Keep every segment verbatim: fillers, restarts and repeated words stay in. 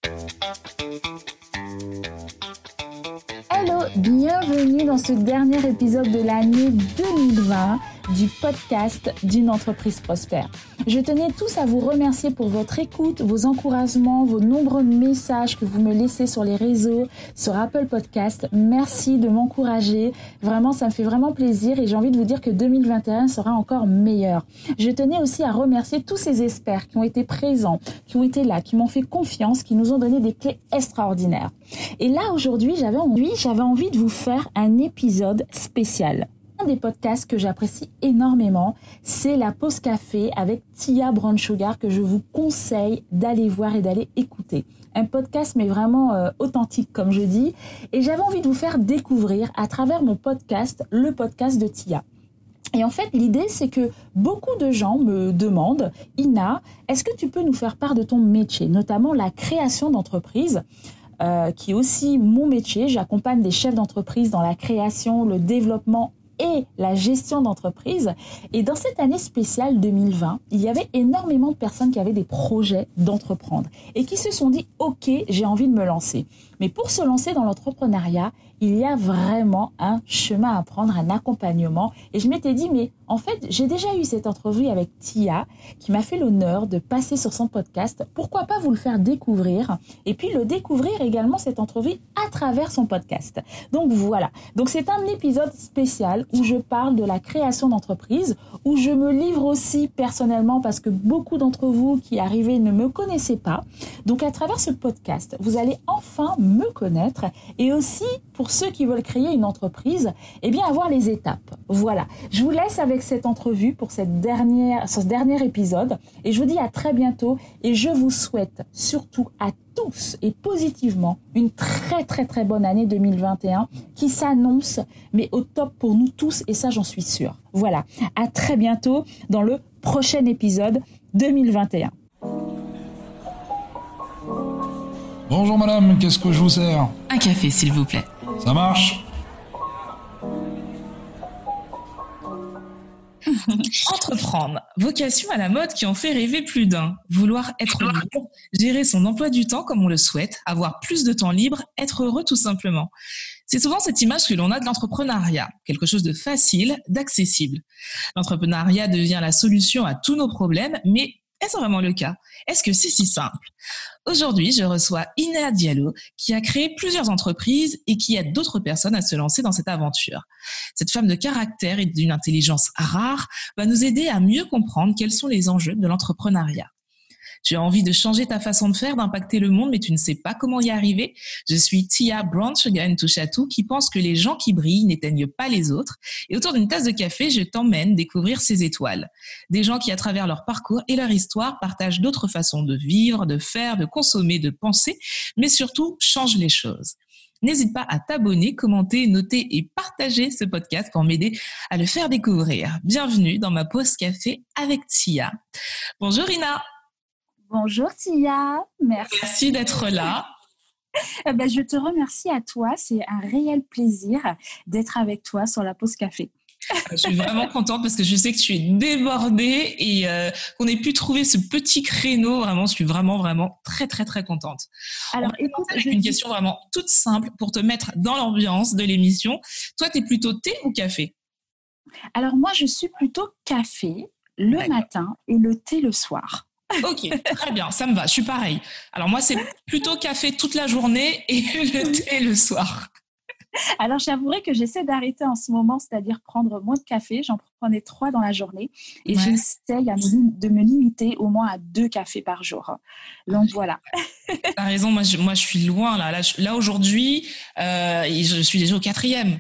Hello, bienvenue dans ce dernier épisode de l'année deux mille vingt du podcast d'une entreprise prospère. Je tenais tous à vous remercier pour votre écoute, vos encouragements, vos nombreux messages que vous me laissez sur les réseaux, sur Apple Podcast. Merci de m'encourager. Vraiment, ça me fait vraiment plaisir et j'ai envie de vous dire que deux mille vingt et un sera encore meilleur. Je tenais aussi à remercier tous ces experts qui ont été présents, qui ont été là, qui m'ont fait confiance, qui nous ont donné des clés extraordinaires. Et là, aujourd'hui, j'avais envie, j'avais envie de vous faire un épisode spécial. Un des podcasts que j'apprécie énormément, c'est la pause café avec Tia Brown Sugar que je vous conseille d'aller voir et d'aller écouter. Un podcast mais vraiment euh, authentique comme je dis. Et j'avais envie de vous faire découvrir à travers mon podcast, le podcast de Tia. Et en fait, l'idée, c'est que beaucoup de gens me demandent, Ina, est-ce que tu peux nous faire part de ton métier, notamment la création d'entreprise, euh, qui est aussi mon métier. J'accompagne des chefs d'entreprise dans la création, le développement et la gestion d'entreprise. Et dans cette année spéciale deux mille vingt, il y avait énormément de personnes qui avaient des projets d'entreprendre et qui se sont dit « Ok, j'ai envie de me lancer ». Mais pour se lancer dans l'entrepreneuriat, il y a vraiment un chemin à prendre, un accompagnement. Et je m'étais dit, mais en fait, j'ai déjà eu cette entrevue avec Tia qui m'a fait l'honneur de passer sur son podcast. Pourquoi pas vous le faire découvrir et puis le découvrir également cette entrevue à travers son podcast. Donc voilà. Donc c'est un épisode spécial où je parle de la création d'entreprise, où je me livre aussi personnellement parce que beaucoup d'entre vous qui arrivez ne me connaissaient pas. Donc à travers ce podcast, vous allez enfin me connaître et aussi pour ceux qui veulent créer une entreprise, eh bien avoir les étapes. Voilà. Je vous laisse avec cette entrevue pour cette dernière, ce dernier épisode et je vous dis à très bientôt et je vous souhaite surtout à tous et positivement une très très très bonne année deux mille vingt et un qui s'annonce mais au top pour nous tous et ça j'en suis sûre. Voilà. À très bientôt dans le prochain épisode deux mille vingt et un. Bonjour madame, qu'est-ce que je vous sers ? Un café, s'il vous plaît. Ça marche ? Entreprendre, vocation à la mode qui en fait rêver plus d'un. Vouloir être libre, gérer son emploi du temps comme on le souhaite, avoir plus de temps libre, être heureux tout simplement. C'est souvent cette image que l'on a de l'entrepreneuriat, quelque chose de facile, d'accessible. L'entrepreneuriat devient la solution à tous nos problèmes, mais est-ce vraiment le cas ? Est-ce que c'est si simple ? Aujourd'hui, je reçois Ina Diallo, qui a créé plusieurs entreprises et qui aide d'autres personnes à se lancer dans cette aventure. Cette femme de caractère et d'une intelligence rare va nous aider à mieux comprendre quels sont les enjeux de l'entrepreneuriat. Tu as envie de changer ta façon de faire, d'impacter le monde, mais tu ne sais pas comment y arriver. Je suis Tia Brown Sugar, une touche à tout, qui pense que les gens qui brillent n'éteignent pas les autres. Et autour d'une tasse de café, je t'emmène découvrir ces étoiles. Des gens qui, à travers leur parcours et leur histoire, partagent d'autres façons de vivre, de faire, de consommer, de penser, mais surtout changent les choses. N'hésite pas à t'abonner, commenter, noter et partager ce podcast pour m'aider à le faire découvrir. Bienvenue dans ma pause café avec Tia. Bonjour Ina. Bonjour Tia, merci. Merci d'être là. Eh ben, je te remercie à toi, c'est un réel plaisir d'être avec toi sur la pause café. Je suis vraiment contente parce que je sais que tu es débordée et euh, qu'on ait pu trouver ce petit créneau. Vraiment, je suis vraiment, vraiment très, très, très contente. Alors, on va écoute, avec une dis... question vraiment toute simple pour te mettre dans l'ambiance de l'émission. Toi, tu es plutôt thé ou café ? Alors, moi, je suis plutôt café le D'accord. matin et le thé le soir. Ok, très bien, ça me va, je suis pareil. Alors moi, c'est plutôt café toute la journée et le thé le soir. Alors, j'avouerai que j'essaie d'arrêter en ce moment, c'est-à-dire prendre moins de café. J'en prenais trois dans la journée et ouais. j'essaye à me, de me limiter au moins à deux cafés par jour. Donc, voilà. T'as raison, moi je, moi, je suis loin. Là, là, je, là aujourd'hui, euh, je suis déjà au quatrième.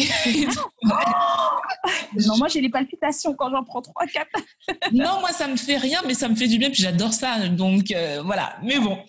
Oh non, moi j'ai les palpitations quand j'en prends trois, quatre. Non, moi ça me fait rien, mais ça me fait du bien, puis j'adore ça, donc euh, voilà. Mais bon.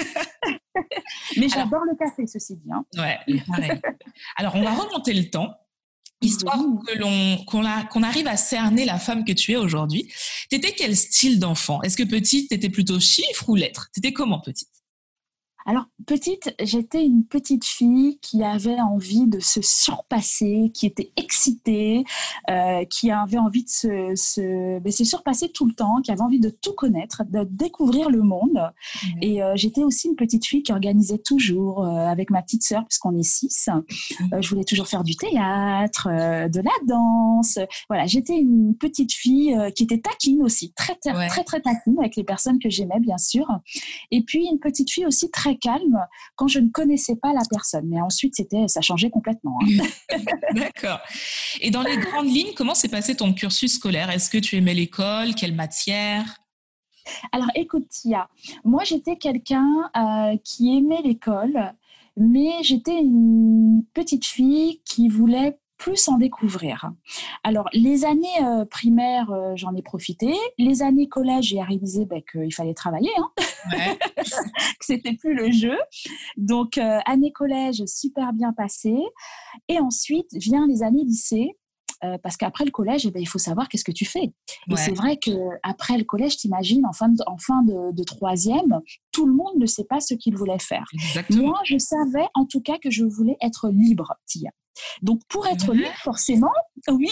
Mais j'adore Alors, le café, ceci dit. Hein. Ouais, pareil. Alors on va remonter le temps, histoire mmh. que l'on qu'on, la, qu'on arrive à cerner la femme que tu es aujourd'hui. T'étais quel style d'enfant ? Est-ce que petite, t'étais plutôt chiffres ou lettres ? T'étais comment petite ? Alors, petite, j'étais une petite fille qui avait envie de se surpasser, qui était excitée, euh, qui avait envie de se, se, ben, se surpasser tout le temps, qui avait envie de tout connaître, de découvrir le monde. Mmh. Et euh, j'étais aussi une petite fille qui organisait toujours, euh, avec ma petite sœur, puisqu'on est six, mmh. euh, je voulais toujours faire du théâtre, euh, de la danse. Voilà, j'étais une petite fille euh, qui était taquine aussi, très, très, ouais. très, très taquine avec les personnes que j'aimais, bien sûr. Et puis, une petite fille aussi très calme quand je ne connaissais pas la personne. Mais ensuite, c'était, ça changeait complètement. Hein. D'accord. Et dans les grandes lignes, comment s'est passé ton cursus scolaire ? Est-ce que tu aimais l'école ? Quelle matière ? Alors, écoute, Tia, moi, j'étais quelqu'un euh, qui aimait l'école, mais j'étais une petite fille qui voulait plus en découvrir. Alors, les années euh, primaires, euh, j'en ai profité. Les années collège, j'ai réalisé bah, qu'il fallait travailler, hein. Ouais. que c'était plus le jeu. Donc, euh, année collège, super bien passée. Et ensuite, vient les années lycée. Euh, parce qu'après le collège, eh ben, il faut savoir qu'est-ce que tu fais. Et ouais. c'est vrai qu'après le collège, t'imagines, en fin de, en fin de, de troisième, tout le monde ne sait pas ce qu'il voulait faire. Exactement. Moi, je savais en tout cas que je voulais être libre, Tia. Donc, pour être libre, forcément, oui,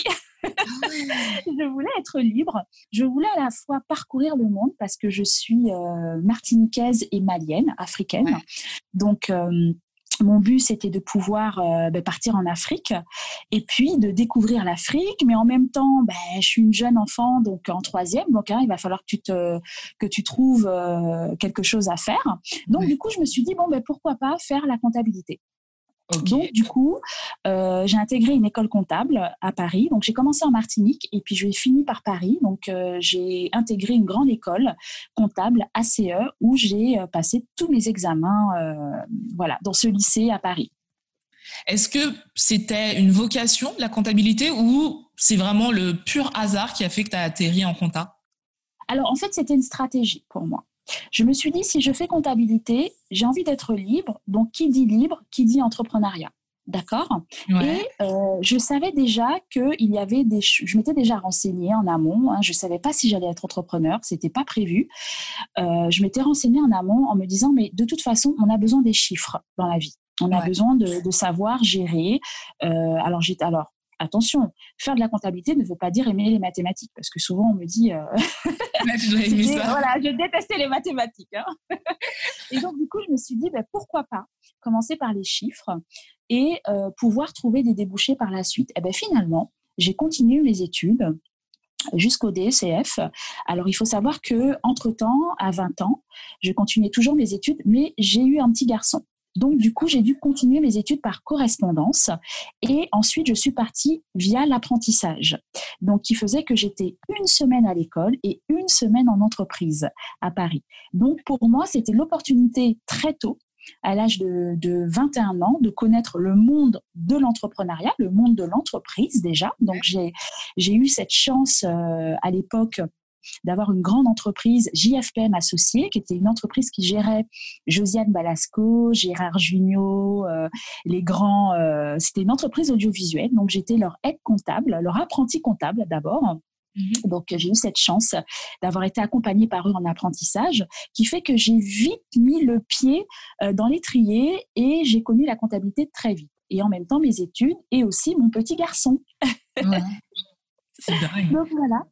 je voulais être libre. Je voulais à la fois parcourir le monde parce que je suis euh, martiniquaise et malienne, africaine. Ouais. Donc, euh, mon but, c'était de pouvoir euh, bah, partir en Afrique et puis de découvrir l'Afrique. Mais en même temps, bah, je suis une jeune enfant, donc en troisième. Donc, hein, il va falloir que tu, te, que tu trouves euh, quelque chose à faire. Donc, oui. du coup, je me suis dit, bon, bah, pourquoi pas faire la comptabilité. Okay. Donc, du coup, euh, j'ai intégré une école comptable à Paris. Donc, j'ai commencé en Martinique et puis j'ai fini par Paris. Donc, euh, j'ai intégré une grande école comptable A C E où j'ai euh, passé tous mes examens euh, voilà, dans ce lycée à Paris. Est-ce que c'était une vocation, la comptabilité, ou c'est vraiment le pur hasard qui a fait que tu as atterri en compta ? Alors, en fait, c'était une stratégie pour moi. Je me suis dit, si je fais comptabilité, j'ai envie d'être libre. Donc, qui dit libre, qui dit entrepreneuriat. D'accord ? Ouais. Et euh, je savais déjà qu'il y avait des... Je m'étais déjà renseignée en amont. Hein, je ne savais pas si j'allais être entrepreneur. Ce n'était pas prévu. Euh, je m'étais renseignée en amont en me disant, mais de toute façon, on a besoin des chiffres dans la vie. On a ouais. besoin de, de savoir gérer. Euh, alors, j'ai... alors, attention, faire de la comptabilité ne veut pas dire aimer les mathématiques, parce que souvent on me dit euh... Là, je, ça. Voilà, je détestais les mathématiques. Hein. Et donc du coup, je me suis dit, ben, pourquoi pas commencer par les chiffres et euh, pouvoir trouver des débouchés par la suite. Et ben, finalement, j'ai continué mes études jusqu'au D E C F. Alors, il faut savoir qu'entre-temps, à vingt ans, je continuais toujours mes études, mais j'ai eu un petit garçon. Donc, du coup, j'ai dû continuer mes études par correspondance et ensuite, je suis partie via l'apprentissage. Donc, qui faisait que j'étais une semaine à l'école et une semaine en entreprise à Paris. Donc, pour moi, c'était l'opportunité très tôt, à l'âge de, de vingt et un ans, de connaître le monde de l'entrepreneuriat, le monde de l'entreprise déjà. Donc, j'ai, j'ai eu cette chance euh, à l'époque d'avoir une grande entreprise, J F P M Associés, qui était une entreprise qui gérait Josiane Balasco, Gérard Jugnot, euh, les grands... Euh, c'était une entreprise audiovisuelle, donc j'étais leur aide comptable, leur apprenti comptable d'abord. Mm-hmm. Donc, j'ai eu cette chance d'avoir été accompagnée par eux en apprentissage, qui fait que j'ai vite mis le pied euh, dans l'étrier et j'ai connu la comptabilité très vite. Et en même temps, mes études et aussi mon petit garçon. Ouais. C'est dingue. Donc, voilà.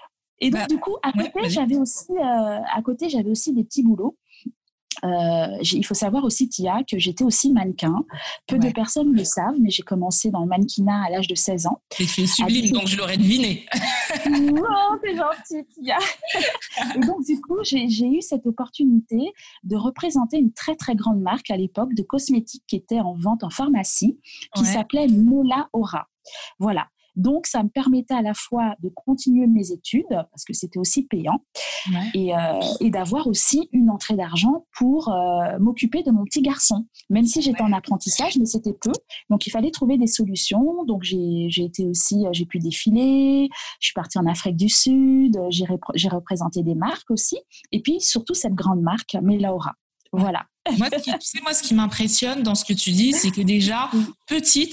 Et donc, bah, du coup, à côté, ouais, j'avais aussi, euh, à côté, j'avais aussi des petits boulots. Euh, il faut savoir aussi, Tia, que j'étais aussi mannequin. Peu ouais. de personnes le savent, mais j'ai commencé dans le mannequinat à l'âge de seize ans. Et tu es sublime, à... donc je l'aurais deviné. Oh, t'es gentille, Tia. Et donc, du coup, j'ai, j'ai eu cette opportunité de représenter une très, très grande marque à l'époque de cosmétiques qui était en vente en pharmacie, qui ouais. s'appelait Mola Aura. Voilà. Donc, ça me permettait à la fois de continuer mes études, parce que c'était aussi payant, ouais. et, euh, et d'avoir aussi une entrée d'argent pour euh, m'occuper de mon petit garçon. Même si j'étais ouais. en apprentissage, mais c'était peu. Donc, il fallait trouver des solutions. Donc, j'ai, j'ai été aussi, j'ai pu défiler. Je suis partie en Afrique du Sud. J'ai, rep- j'ai représenté des marques aussi. Et puis, surtout, cette grande marque, Mola Aura. Voilà. Moi, ce qui, tu sais, moi, ce qui m'impressionne dans ce que tu dis, c'est que déjà, petite,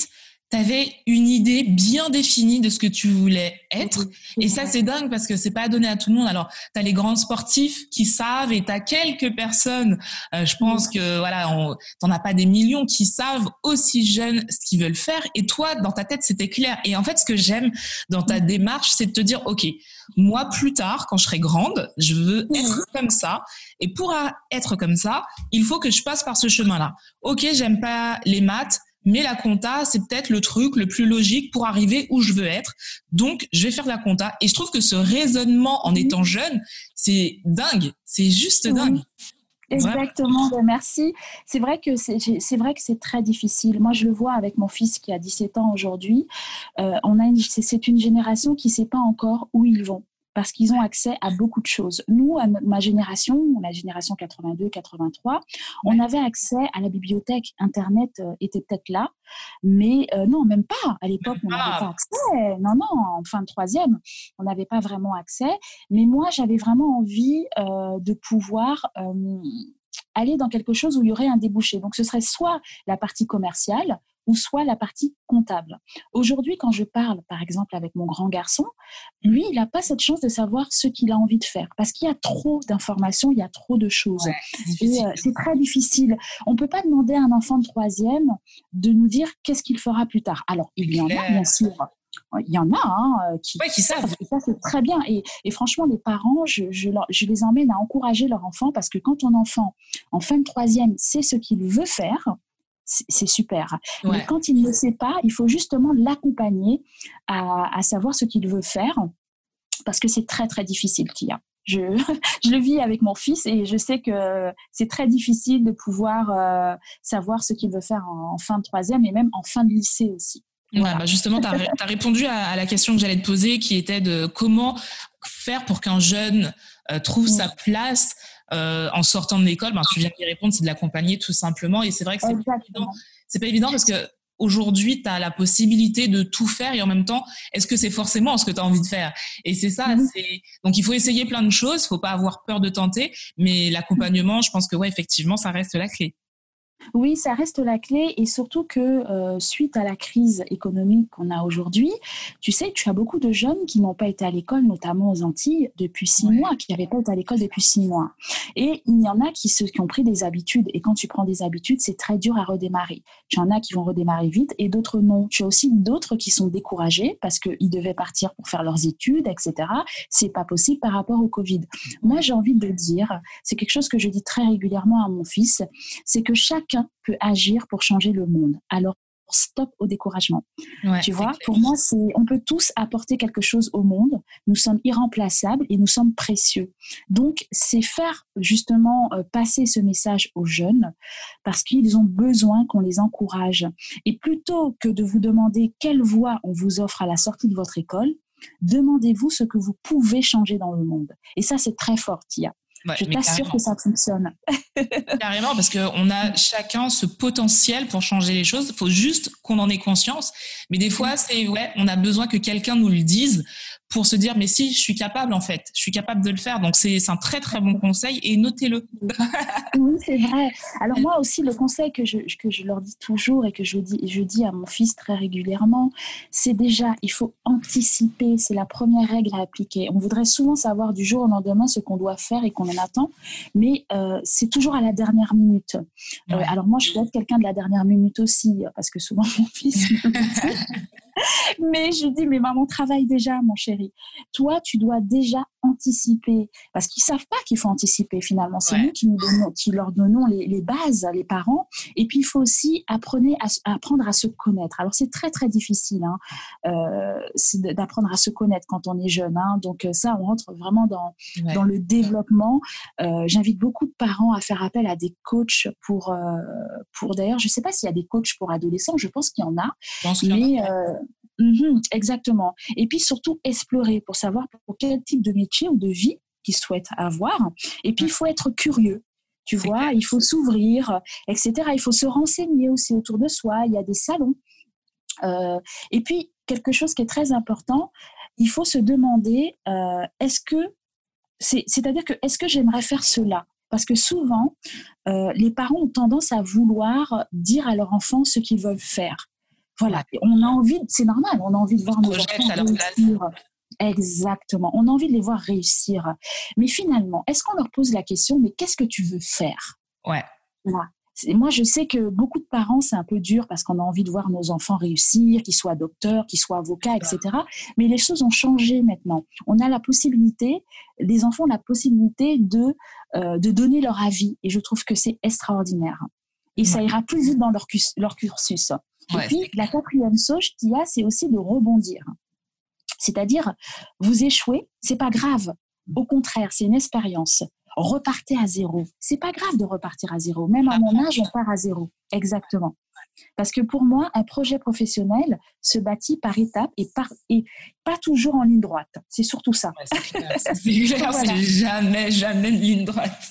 tu avais une idée bien définie de ce que tu voulais être. Oui, et ça, c'est dingue parce que c'est pas donné à tout le monde. Alors, tu as les grands sportifs qui savent et tu as quelques personnes, euh, je pense oui. que voilà, on, t'en as pas des millions qui savent aussi jeunes ce qu'ils veulent faire. Et toi, dans ta tête, c'était clair. Et en fait, ce que j'aime dans ta démarche, c'est de te dire, OK, moi, plus tard, quand je serai grande, je veux être comme ça. Et pour être comme ça, il faut que je passe par ce chemin-là. OK, j'aime pas les maths, mais la compta, c'est peut-être le truc le plus logique pour arriver où je veux être. Donc, je vais faire de la compta. Et je trouve que ce raisonnement en étant jeune, c'est dingue. C'est juste dingue. Exactement, ben merci. C'est vrai que c'est, c'est vrai que c'est très difficile. Moi, je le vois avec mon fils qui a dix-sept ans aujourd'hui. Euh, on a une, c'est, c'est une génération qui ne sait pas encore où ils vont, parce qu'ils ont accès à beaucoup de choses. Nous, à ma génération, la génération quatre-vingt-deux quatre-vingt-trois, on avait accès à la bibliothèque. Internet euh, était peut-être là, mais euh, non, même pas. À l'époque, on n'avait pas accès. Non, non, en fin de troisième, on n'avait pas vraiment accès. Mais moi, j'avais vraiment envie euh, de pouvoir euh, aller dans quelque chose où il y aurait un débouché. Donc, ce serait soit la partie commerciale, ou soit la partie comptable. Aujourd'hui, quand je parle, par exemple, avec mon grand garçon, lui, il n'a pas cette chance de savoir ce qu'il a envie de faire, parce qu'il y a trop d'informations, il y a trop de choses. Ouais, et euh, c'est très difficile. On ne peut pas demander à un enfant de troisième de nous dire qu'est-ce qu'il fera plus tard. Alors, il y en a, bien sûr. Il y en a hein, qui, ouais, qui savent. Et ça, c'est très bien. Et, et franchement, les parents, je, je, leur, je les emmène à encourager leur enfant, parce que quand ton enfant, en fin de troisième, sait ce qu'il veut faire, c'est super. Ouais. Mais quand il ne le sait pas, il faut justement l'accompagner à, à savoir ce qu'il veut faire, parce que c'est très, très difficile, Tia. Je, je le vis avec mon fils et je sais que c'est très difficile de pouvoir euh, savoir ce qu'il veut faire en, en fin de troisième et même en fin de lycée aussi. Voilà. Ouais, bah justement, tu as répondu à, à la question que j'allais te poser, qui était de comment faire pour qu'un jeune euh, trouve ouais. sa place Euh, en sortant de l'école. Ben, tu viens d'y répondre, c'est de l'accompagner tout simplement. Et c'est vrai que c'est pas évident. C'est pas évident parce que aujourd'hui, tu as la possibilité de tout faire et en même temps, est-ce que c'est forcément ce que tu as envie de faire? Et c'est ça. Mm-hmm. C'est... Donc, il faut essayer plein de choses. Il faut pas avoir peur de tenter. Mais l'accompagnement, je pense que ouais, effectivement, ça reste la clé. Oui, ça reste la clé et surtout que euh, suite à la crise économique qu'on a aujourd'hui, tu sais, tu as beaucoup de jeunes qui n'ont pas été à l'école, notamment aux Antilles, depuis six ouais. mois, qui n'avaient pas été à l'école depuis six mois. Et il y en a qui, se, qui ont pris des habitudes et quand tu prends des habitudes, c'est très dur à redémarrer. Tu en as qui vont redémarrer vite et d'autres non. Tu as aussi d'autres qui sont découragés parce qu'ils devaient partir pour faire leurs études, et cetera. C'est pas possible par rapport au Covid. Moi, j'ai envie de dire, c'est quelque chose que je dis très régulièrement à mon fils, c'est que chaque peut agir pour changer le monde. Alors, stop au découragement. Ouais, tu vois, pour moi, c'est, on peut tous apporter quelque chose au monde. Nous sommes irremplaçables et nous sommes précieux. Donc, c'est faire justement euh, passer ce message aux jeunes parce qu'ils ont besoin qu'on les encourage. Et plutôt que de vous demander quelle voie on vous offre à la sortie de votre école, demandez-vous ce que vous pouvez changer dans le monde. Et ça, c'est très fort, Tia. Ouais, je t'assure que ça fonctionne. Carrément, parce qu'on a chacun ce potentiel pour changer les choses. Il faut juste qu'on en ait conscience. Mais des fois, c'est ouais, on a besoin que quelqu'un nous le dise pour se dire, mais si, je suis capable en fait. Je suis capable de le faire. Donc, c'est, c'est un très, très bon conseil et notez-le. Oui, c'est vrai. Alors moi aussi, le conseil que je, que je leur dis toujours et que je dis, je dis à mon fils très régulièrement, c'est déjà, il faut anticiper. C'est la première règle à appliquer. On voudrait souvent savoir du jour au lendemain ce qu'on doit faire et qu'on en attend, mais euh, c'est toujours à la dernière minute. Euh, alors moi, je peux être quelqu'un de la dernière minute aussi, parce que souvent mon fils me dit, mais je dis, mais maman travaille déjà, mon chéri. Toi, tu dois déjà anticiper, parce qu'ils savent pas qu'il faut anticiper finalement. C'est ouais. nous qui, nous donnons, qui leur donnons les, les bases, les parents. Et puis, il faut aussi apprendre à, apprendre à se connaître. Alors, c'est très, très difficile hein, euh, c'est d'apprendre à se connaître quand on est jeune. Hein. Donc, ça, on rentre vraiment dans, ouais. dans le développement. Euh, j'invite beaucoup de parents à faire appel à des coachs pour, euh, pour d'ailleurs, je sais pas s'il y a des coachs pour adolescents, je pense qu'il y en a. Je pense qu'il mais, y en a. Euh, Mmh, exactement. Et puis surtout explorer pour savoir pour quel type de métier ou de vie qu'ils souhaitent avoir. Et puis il faut être curieux. Tu vois, clair. Il faut s'ouvrir, et cetera. Il faut se renseigner aussi autour de soi. Il y a des salons. Euh, et puis quelque chose qui est très important, il faut se demander euh, est-ce que c'est, c'est-à-dire que est-ce que j'aimerais faire cela? Parce que souvent, euh, les parents ont tendance à vouloir dire à leur enfant ce qu'ils veulent faire. Voilà, on a envie, c'est normal, on a envie de voir nos enfants réussir. Exactement, on a envie de les voir réussir. Mais finalement, est-ce qu'on leur pose la question, mais qu'est-ce que tu veux faire ? Ouais. Voilà. Moi, je sais que beaucoup de parents, c'est un peu dur parce qu'on a envie de voir nos enfants réussir, qu'ils soient docteurs, qu'ils soient avocats, et cetera. Mais les choses ont changé maintenant. On a la possibilité, les enfants ont la possibilité de, euh, de donner leur avis. Et je trouve que c'est extraordinaire. Et ouais. ça ira plus vite dans leur, cus- leur cursus. Et ouais, puis, la quatrième sauge qu'il y a, c'est aussi de rebondir. C'est-à-dire, vous échouez, c'est pas grave. Au contraire, c'est une expérience. Repartez à zéro. C'est pas grave de repartir à zéro. Même à mon âge, on part à zéro. Exactement. Parce que pour moi, un projet professionnel se bâtit par étapes et, par, et pas toujours en ligne droite. C'est surtout ça. Ouais, c'est clair, c'est, clair, voilà. C'est jamais, jamais une ligne droite.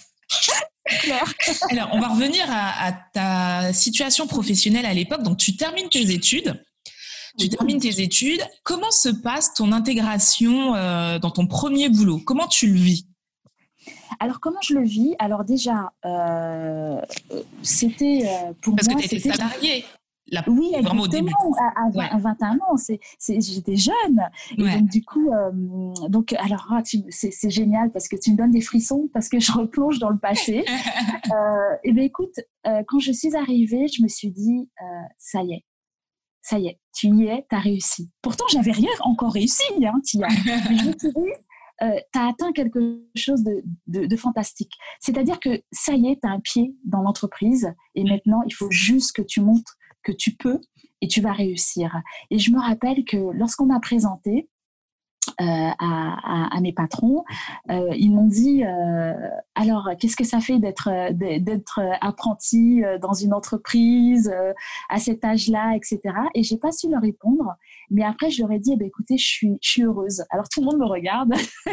Alors, on va revenir à, à ta situation professionnelle à l'époque. Donc, tu termines tes études. Tu termines tes études. Comment se passe ton intégration euh, dans ton premier boulot ? Comment tu le vis ? Alors, comment je le vis ? Alors déjà, euh, c'était euh, pour Parce moi... Parce que tu étais salariée. La, oui, exactement. Au début. À, à, ouais. à vingt et un ans, c'est, c'est, j'étais jeune. Et ouais. donc, du coup, euh, donc, alors, ah, tu, c'est, c'est génial parce que tu me donnes des frissons parce que je replonge dans le passé. euh, et bien, écoute, euh, quand je suis arrivée, je me suis dit, euh, ça y est, ça y est, tu y es, tu as réussi. Pourtant, je n'avais rien encore réussi, hein, Tia. Mais je me suis dit, euh, tu as atteint quelque chose de, de, de fantastique. C'est-à-dire que ça y est, tu as un pied dans l'entreprise et maintenant, il faut juste que tu montres que tu peux et tu vas réussir. Et je me rappelle que lorsqu'on m'a présenté euh, à, à, à mes patrons, euh, ils m'ont dit euh, alors qu'est-ce que ça fait d'être, d'être apprenti dans une entreprise euh, à cet âge-là, et cetera. Et j'ai pas su leur répondre. Mais après, je leur ai dit eh bien, écoutez, je suis, je suis heureuse. Alors tout le monde me regarde.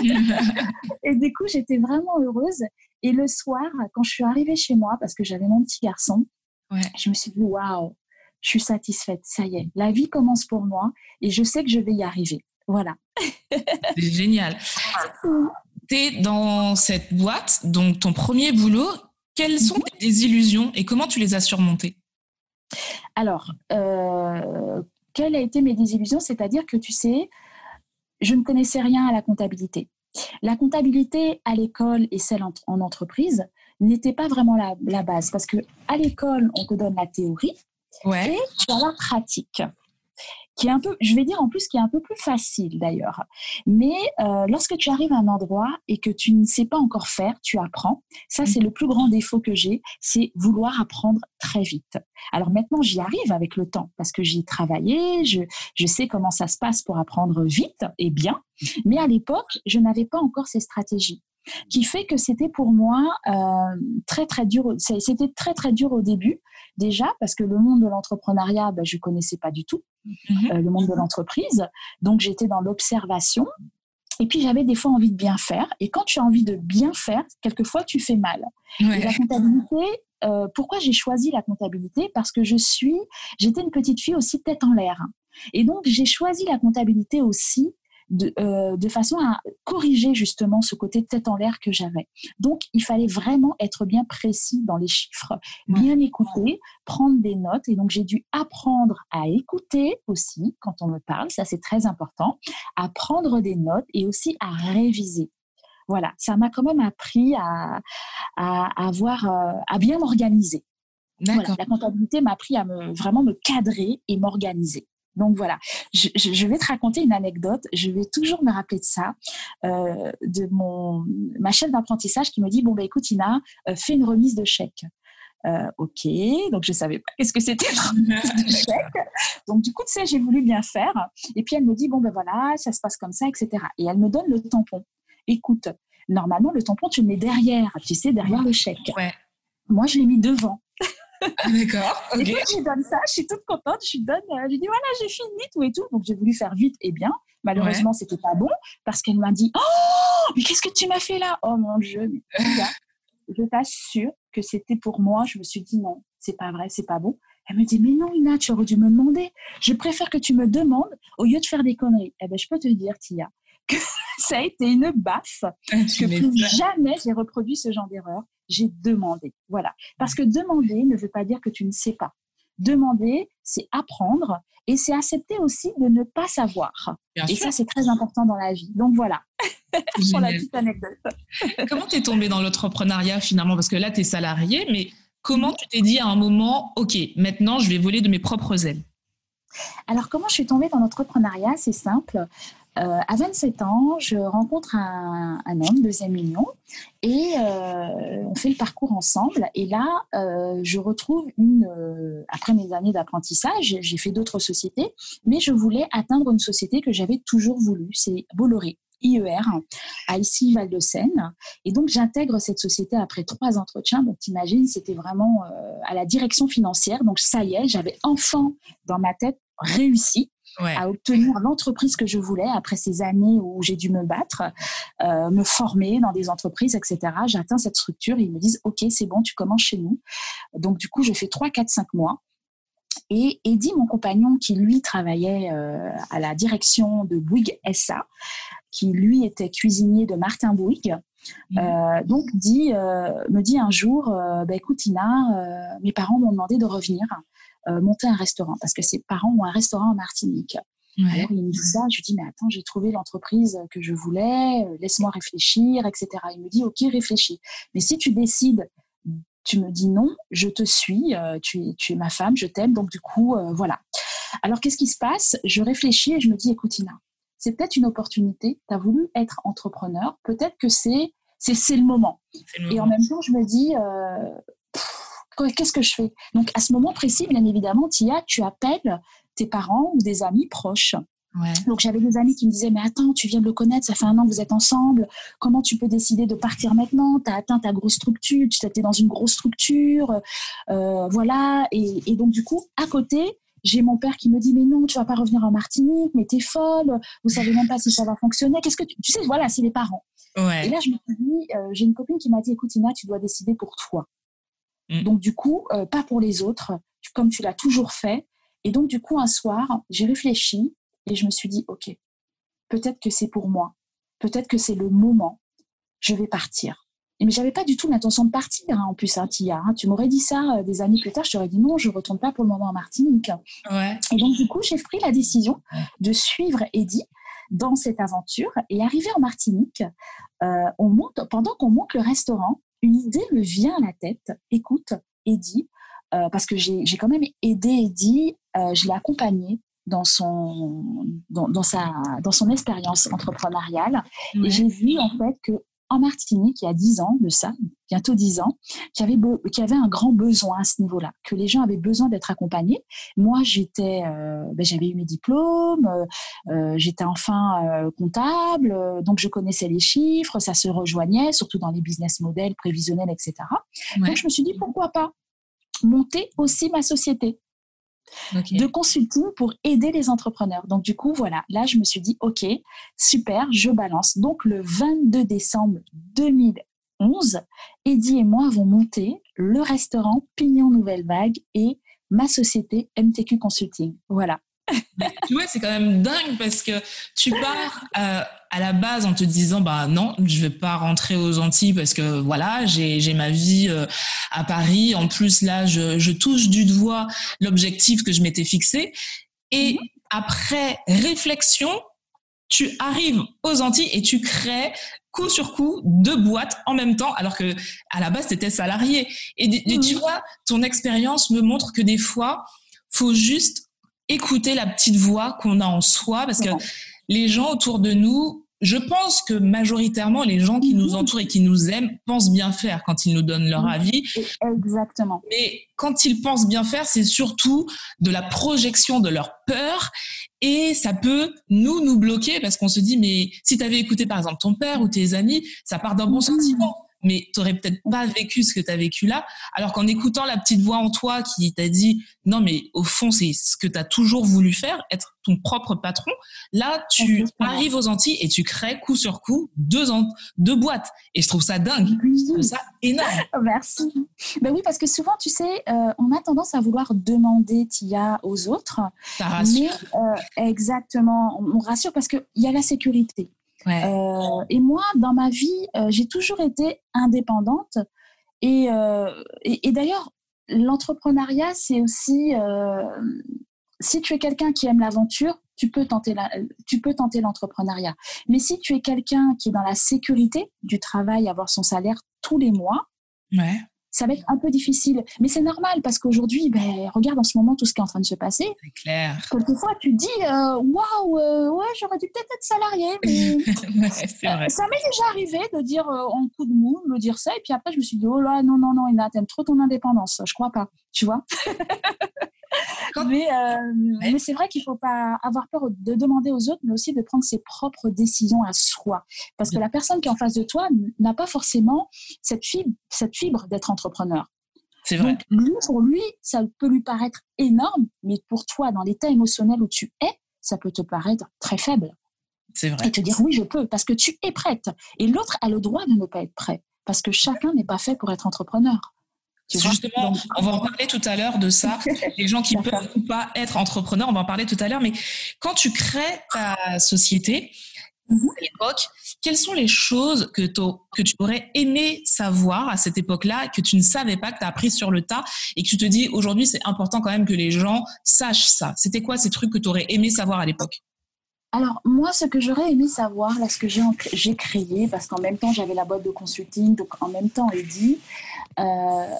Et du coup, j'étais vraiment heureuse. Et le soir, quand je suis arrivée chez moi, parce que j'avais mon petit garçon, ouais. je me suis dit waouh. Je suis satisfaite, ça y est. La vie commence pour moi et je sais que je vais y arriver. Voilà. C'est génial. Tu es dans cette boîte, donc ton premier boulot. Quelles sont tes désillusions et comment tu les as surmontées ? Alors, euh, quelles ont été mes désillusions ? C'est-à-dire que, tu sais, je ne connaissais rien à la comptabilité. La comptabilité à l'école et celle en, en entreprise n'était pas vraiment la, la base parce qu'à l'école, on te donne la théorie. Ouais. Et dans la pratique, qui est un peu, je vais dire en plus, qui est un peu plus facile d'ailleurs. Mais euh, lorsque tu arrives à un endroit et que tu ne sais pas encore faire, tu apprends. Ça, c'est le plus grand défaut que j'ai, c'est vouloir apprendre très vite. Alors maintenant, j'y arrive avec le temps parce que j'y ai travaillé, je, je sais comment ça se passe pour apprendre vite et bien. Mais à l'époque, je n'avais pas encore ces stratégies. Qui fait que c'était pour moi euh, très très dur. C'était très très dur au début déjà parce que le monde de l'entrepreneuriat, ben, je connaissais pas du tout mm-hmm. euh, le monde de l'entreprise. Donc j'étais dans l'observation et puis j'avais des fois envie de bien faire. Et quand tu as envie de bien faire, quelquefois tu fais mal. Ouais. Et la comptabilité. Euh, pourquoi j'ai choisi la comptabilité ? Parce que je suis, j'étais une petite fille aussi tête en l'air. Et donc j'ai choisi la comptabilité aussi. De, euh, de façon à corriger justement ce côté tête en l'air que j'avais. Donc, il fallait vraiment être bien précis dans les chiffres, bien ouais. écouter, prendre des notes. Et donc, j'ai dû apprendre à écouter aussi quand on me parle, ça c'est très important, à prendre des notes et aussi à réviser. Voilà, ça m'a quand même appris à, à, à, avoir, euh, à bien m'organiser. Voilà, la comptabilité m'a appris à me, vraiment me cadrer et m'organiser. Donc voilà, je, je vais te raconter une anecdote, je vais toujours me rappeler de ça, euh, de mon, ma chef d'apprentissage qui me dit « Bon, bah, écoute Ina, euh, fais une remise de chèque. Euh, » Ok, donc je ne savais pas qu'est-ce que c'était une remise de chèque. Donc du coup, tu sais, j'ai voulu bien faire. Et puis elle me dit « Bon, ben voilà, ça se passe comme ça, et cetera » Et elle me donne le tampon. Écoute, normalement, le tampon, tu le mets derrière, tu sais, derrière le chèque. Ouais. Moi, je l'ai mis devant. Ah, d'accord. Okay. Et quand je lui donne ça, je suis toute contente. Je lui donne, euh, je lui dis voilà, j'ai fini tout et tout. Donc j'ai voulu faire vite et bien. Malheureusement, ouais. c'était pas bon parce qu'elle m'a dit oh, mais qu'est-ce que tu m'as fait là ? Oh mon Dieu, mais je t'assure que c'était pour moi. Je me suis dit non, c'est pas vrai, c'est pas bon. Elle me dit mais non, Ina, tu aurais dû me demander. Je préfère que tu me demandes au lieu de faire des conneries. Eh ben, je peux te dire, Tia, que ça a été une baffe. Que plus jamais j'ai reproduit ce genre d'erreur. J'ai demandé, voilà. Parce que demander ne veut pas dire que tu ne sais pas. Demander, c'est apprendre et c'est accepter aussi de ne pas savoir. Bien et sûr. ça, c'est très important dans la vie. Donc voilà, pour la petite anecdote. Comment tu es tombée dans l'entrepreneuriat finalement? Parce que là, tu es salariée, mais comment tu t'es dit à un moment, OK, maintenant, je vais voler de mes propres ailes? Alors, comment je suis tombée dans l'entrepreneuriat? C'est simple. Euh, à vingt-sept ans, je rencontre un, un homme, deuxième union, et euh, on fait le parcours ensemble. Et là, euh, je retrouve une... Euh, après mes années d'apprentissage, j'ai fait d'autres sociétés, mais je voulais atteindre une société que j'avais toujours voulu. C'est Bolloré. I E R, à Issy-Val-de-Seine. Et donc, j'intègre cette société après trois entretiens. Donc, t'imagines, c'était vraiment euh, à la direction financière. Donc, ça y est, j'avais enfin, dans ma tête, réussi ouais. à obtenir l'entreprise que je voulais après ces années où j'ai dû me battre, euh, me former dans des entreprises, et cetera. J'atteins cette structure et ils me disent « Ok, c'est bon, tu commences chez nous ». Donc, du coup, je fais trois, quatre, cinq mois. Et Eddy, mon compagnon, qui lui travaillait euh, à la direction de Bouygues S A, qui lui était cuisinier de Martin Bouygues, mmh. euh, donc dit, euh, me dit un jour, euh, bah, écoute Ina, euh, mes parents m'ont demandé de revenir euh, monter un restaurant, parce que ses parents ont un restaurant en Martinique. Ouais. Alors il me dit ça, je lui dis mais attends, j'ai trouvé l'entreprise que je voulais, euh, laisse-moi réfléchir, et cetera. Il me dit ok, réfléchis, mais si tu décides, tu me dis non, je te suis, euh, tu, es, tu es ma femme, je t'aime, donc du coup, euh, voilà. Alors, qu'est-ce qui se passe? Je réfléchis et je me dis, écoute, Ina, c'est peut-être une opportunité, tu as voulu être entrepreneur, peut-être que c'est, c'est, c'est le moment. C'est le moment. Et en même temps, je me dis, euh, pff, qu'est-ce que je fais? Donc, à ce moment précis, bien évidemment, Tia, tu appelles tes parents ou des amis proches. Ouais. Donc, j'avais des amis qui me disaient « Mais attends, tu viens de le connaître, ça fait un an que vous êtes ensemble. Comment tu peux décider de partir maintenant? Tu as atteint ta grosse structure, tu étais dans une grosse structure. Euh, voilà. » Et, et donc, du coup, à côté, j'ai mon père qui me dit « Mais non, tu vas pas revenir en Martinique, mais t'es folle. Vous savez même pas si ça va fonctionner. Qu'est-ce que tu... » Tu sais, voilà, c'est les parents. Ouais. Et là, je me suis dit, euh, j'ai une copine qui m'a dit « Écoute, Ina, tu dois décider pour toi. Mm. » Donc, du coup, euh, pas pour les autres, comme tu l'as toujours fait. Et donc, du coup, un soir, j'ai réfléchi. Et je me suis dit, ok, peut-être que c'est pour moi, peut-être que c'est le moment, je vais partir. Et mais j'avais pas du tout l'intention de partir, hein, en plus, hein, Tia. Hein, tu m'aurais dit ça euh, des années plus tard, je t'aurais dit non, je retourne pas pour le moment en Martinique. Ouais. Et donc du coup, j'ai pris la décision de suivre Eddy dans cette aventure. Et arrivé en Martinique, euh, on monte, pendant qu'on monte le restaurant, une idée me vient à la tête. Écoute, Eddy, euh, parce que j'ai, j'ai quand même aidé Eddy, euh, je l'ai accompagné dans son dans, dans sa dans son expérience entrepreneuriale. Ouais. Et j'ai vu en fait que en Martinique, il y a dix ans de ça, bientôt dix ans, qu'il y avait be- qu'il y avait un grand besoin à ce niveau-là, que les gens avaient besoin d'être accompagnés. Moi, j'étais euh, ben, j'avais eu mes diplômes, euh, j'étais enfin euh, comptable, euh, donc je connaissais les chiffres, ça se rejoignait, surtout dans les business models prévisionnels, et cetera. Ouais. Donc je me suis dit pourquoi pas monter aussi ma société. Okay. De consulting pour aider les entrepreneurs. Donc du coup, voilà, là je me suis dit, ok, super, je balance. Donc le vingt-deux décembre deux mille onze, Eddy et moi avons monté le restaurant Pignon Nouvelle Vague et ma société M T Q Consulting. Voilà. Tu vois, c'est quand même dingue parce que tu pars euh, à la base en te disant bah non, je vais pas rentrer aux Antilles parce que voilà, j'ai j'ai ma vie euh, à Paris. En plus là, je je touche du doigt l'objectif que je m'étais fixé. Et mmh. après réflexion, tu arrives aux Antilles et tu crées coup sur coup deux boîtes en même temps, alors que à la base t'étais salarié. Et, et mmh. tu vois, ton expérience me montre que des fois, faut juste écouter la petite voix qu'on a en soi, parce que les gens autour de nous, je pense que majoritairement, les gens qui nous entourent et qui nous aiment pensent bien faire quand ils nous donnent leur avis. Exactement. Mais quand ils pensent bien faire, c'est surtout de la projection de leur peur et ça peut nous, nous bloquer parce qu'on se dit, mais si tu avais écouté par exemple ton père ou tes amis, ça part d'un bon sentiment. Mais tu n'aurais peut-être pas vécu ce que tu as vécu là, alors qu'en écoutant la petite voix en toi qui t'a dit « Non, mais au fond, c'est ce que tu as toujours voulu faire, être ton propre patron », là, tu arrives aux Antilles et tu crées coup sur coup deux, en, deux boîtes. Et je trouve ça dingue, je trouve ça énorme. Merci. Ben oui, parce que souvent, tu sais, euh, on a tendance à vouloir demander Tia aux autres. Ça rassure. Mais euh, exactement, on, on rassure parce qu'il y a la sécurité. Ouais. Euh, et moi, dans ma vie, euh, j'ai toujours été indépendante. Et, euh, et, et d'ailleurs, l'entrepreneuriat, c'est aussi... Euh, si tu es quelqu'un qui aime l'aventure, tu peux tenter la, tu peux tenter l'entrepreneuriat. Mais si tu es quelqu'un qui est dans la sécurité du travail, avoir son salaire tous les mois, ouais. ça va être un peu difficile. Mais c'est normal parce qu'aujourd'hui, ben, regarde en ce moment tout ce qui est en train de se passer. C'est clair. Quelquefois, tu te dis, euh, waouh, euh, ouais, j'aurais dû peut-être être salarié. Mais ouais, c'est vrai. Euh, ça m'est déjà arrivé de dire euh, en coup de mou, de dire ça. Et puis après, je me suis dit, oh là, non, non, non, Ina, t'aimes trop ton indépendance. Je crois pas, tu vois. Quand... Mais, euh, ouais. mais c'est vrai qu'il ne faut pas avoir peur de demander aux autres, mais aussi de prendre ses propres décisions à soi. Parce que la personne qui est en face de toi n'a pas forcément cette fibre, cette fibre d'être entrepreneur. C'est vrai. Donc, lui, pour lui, ça peut lui paraître énorme, mais pour toi, dans l'état émotionnel où tu es, ça peut te paraître très faible. C'est vrai. Et te dire oui, je peux, parce que tu es prête. Et l'autre a le droit de ne pas être prêt, parce que chacun n'est pas fait pour être entrepreneur. Justement, donc, on va en parler tout à l'heure de ça. Les gens qui peuvent ou pas être entrepreneurs, on va en parler tout à l'heure. Mais quand tu crées ta société, mm-hmm. à l'époque, quelles sont les choses que, que tu aurais aimé savoir à cette époque-là, que tu ne savais pas, que tu as appris sur le tas et que tu te dis aujourd'hui, c'est important quand même que les gens sachent ça. C'était quoi ces trucs que tu aurais aimé savoir à l'époque ? Alors, moi, ce que j'aurais aimé savoir, là, ce que j'ai, j'ai créé, parce qu'en même temps, j'avais la boîte de consulting, donc en même temps, Eddy, euh,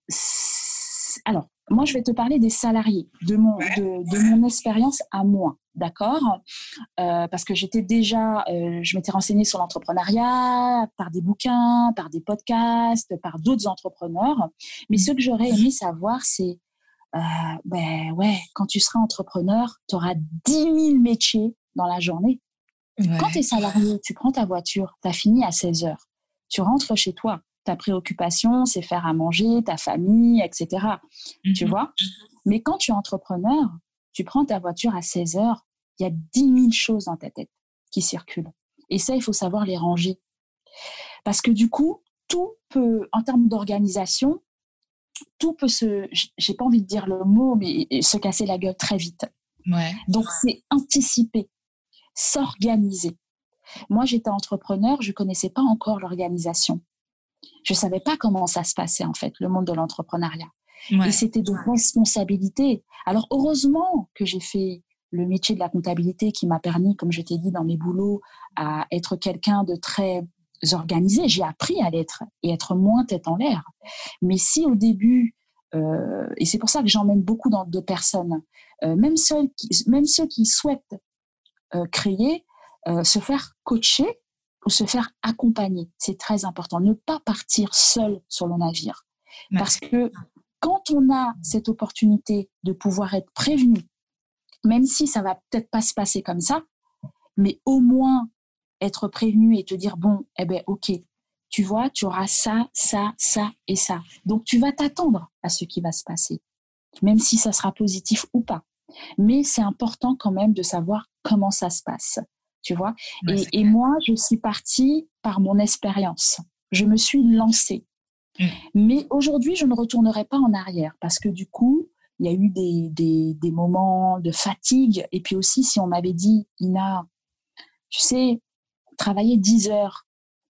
alors, moi, je vais te parler des salariés, de mon, de, de mon expérience à moi, d'accord euh, Parce que j'étais déjà, euh, je m'étais renseignée sur l'entrepreneuriat, par des bouquins, par des podcasts, par d'autres entrepreneurs, mais ce que j'aurais aimé savoir, c'est, euh, ben ouais, quand tu seras entrepreneur, tu auras dix mille métiers dans la journée. Ouais. Quand tu es salarié, tu prends ta voiture, tu as fini à seize heures. Tu rentres chez toi. Ta préoccupation, c'est faire à manger, ta famille, et cetera. Mm-hmm. Tu vois ? Mais quand tu es entrepreneur, tu prends ta voiture à seize heures, il y a dix mille choses dans ta tête qui circulent. Et ça, il faut savoir les ranger. Parce que du coup, tout peut, en termes d'organisation, tout peut se, j'ai pas envie de dire le mot, mais se casser la gueule très vite. Ouais. Donc, c'est anticiper. S'organiser. Moi, j'étais entrepreneur, je ne connaissais pas encore l'organisation. Je ne savais pas comment ça se passait, en fait, le monde de l'entrepreneuriat. Ouais. Et c'était de responsabilité. Alors, heureusement que j'ai fait le métier de la comptabilité qui m'a permis, comme je t'ai dit dans mes boulots, à être quelqu'un de très organisé. J'ai appris à l'être et être moins tête en l'air. Mais si au début, euh, et c'est pour ça que j'emmène beaucoup dans, de personnes, euh, même, ceux qui, même ceux qui souhaitent Euh, créer, euh, se faire coacher ou se faire accompagner. C'est très important. Ne pas partir seul sur le navire. Ouais. Parce que quand on a cette opportunité de pouvoir être prévenu, même si ça va peut-être pas se passer comme ça, mais au moins être prévenu et te dire, bon, eh ben, ok, tu vois, tu auras ça, ça, ça et ça. Donc, tu vas t'attendre à ce qui va se passer, même si ça sera positif ou pas. Mais c'est important quand même de savoir comment ça se passe, tu vois. Ouais, et, et moi, je suis partie par mon expérience. Je me suis lancée. Mmh. Mais aujourd'hui, je ne retournerai pas en arrière parce que du coup, il y a eu des, des, des moments de fatigue. Et puis aussi, si on m'avait dit, Ina, tu sais, travailler dix heures,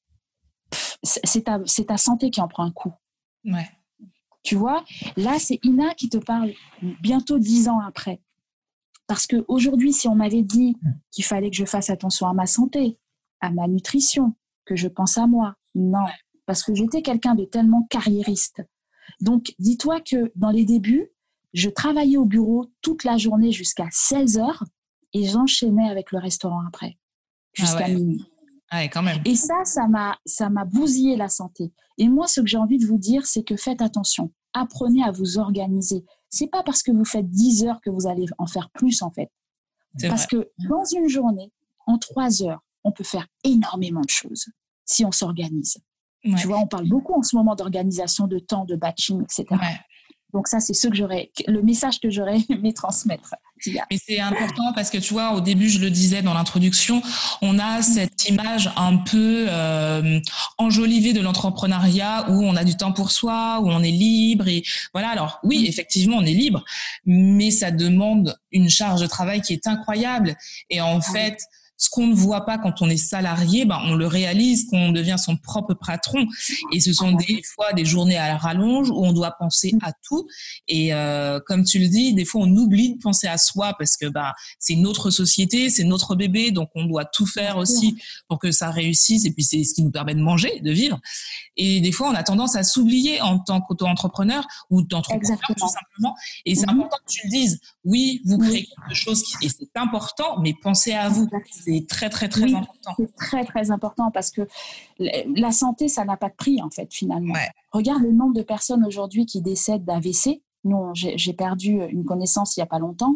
pff, c'est, ta, c'est ta santé qui en prend un coup. Ouais. Tu vois, là, c'est Ina qui te parle bientôt dix ans après. Parce qu'aujourd'hui, si on m'avait dit qu'il fallait que je fasse attention à ma santé, à ma nutrition, que je pense à moi, non. Parce que j'étais quelqu'un de tellement carriériste. Donc, dis-toi que dans les débuts, je travaillais au bureau toute la journée jusqu'à seize heures et j'enchaînais avec le restaurant après, jusqu'à ah ouais. minuit. Ah ouais, quand même. Et ça, ça m'a, ça m'a bousillé la santé. Et moi, ce que j'ai envie de vous dire, c'est que faites attention. Apprenez à vous organiser. C'est pas parce que vous faites dix heures que vous allez en faire plus, en fait. C'est parce vrai. que dans une journée, en trois heures, on peut faire énormément de choses si on s'organise. Ouais. Tu vois, on parle beaucoup en ce moment d'organisation, de temps, de batching, et cetera. Ouais. Donc ça, c'est ce que j'aurais, le message que j'aurais aimé transmettre. Mais c'est important parce que tu vois, au début, je le disais dans l'introduction, on a cette image un peu euh, enjolivée de l'entrepreneuriat où on a du temps pour soi, où on est libre et voilà. Alors oui, effectivement, on est libre, mais ça demande une charge de travail qui est incroyable. Et en fait, ce qu'on ne voit pas quand on est salarié, ben, on le réalise quand on devient son propre patron. Et ce sont des fois des journées à rallonge où on doit penser à tout. Et euh, comme tu le dis, des fois, on oublie de penser à soi parce que bah, c'est notre société, c'est notre bébé, donc on doit tout faire aussi pour que ça réussisse. Et puis, c'est ce qui nous permet de manger, de vivre. Et des fois, on a tendance à s'oublier en tant qu'auto-entrepreneur ou d'entrepreneur, tout simplement. Et c'est mmh. important que tu le dises. Oui, vous créez oui. quelque chose qui, et c'est important, mais pensez à vous. C'est très, très, très oui, important. C'est très, très important parce que la santé, ça n'a pas de prix, en fait, finalement. Ouais. Regarde le nombre de personnes aujourd'hui qui décèdent d'A V C. Nous, j'ai, j'ai perdu une connaissance il n'y a pas longtemps.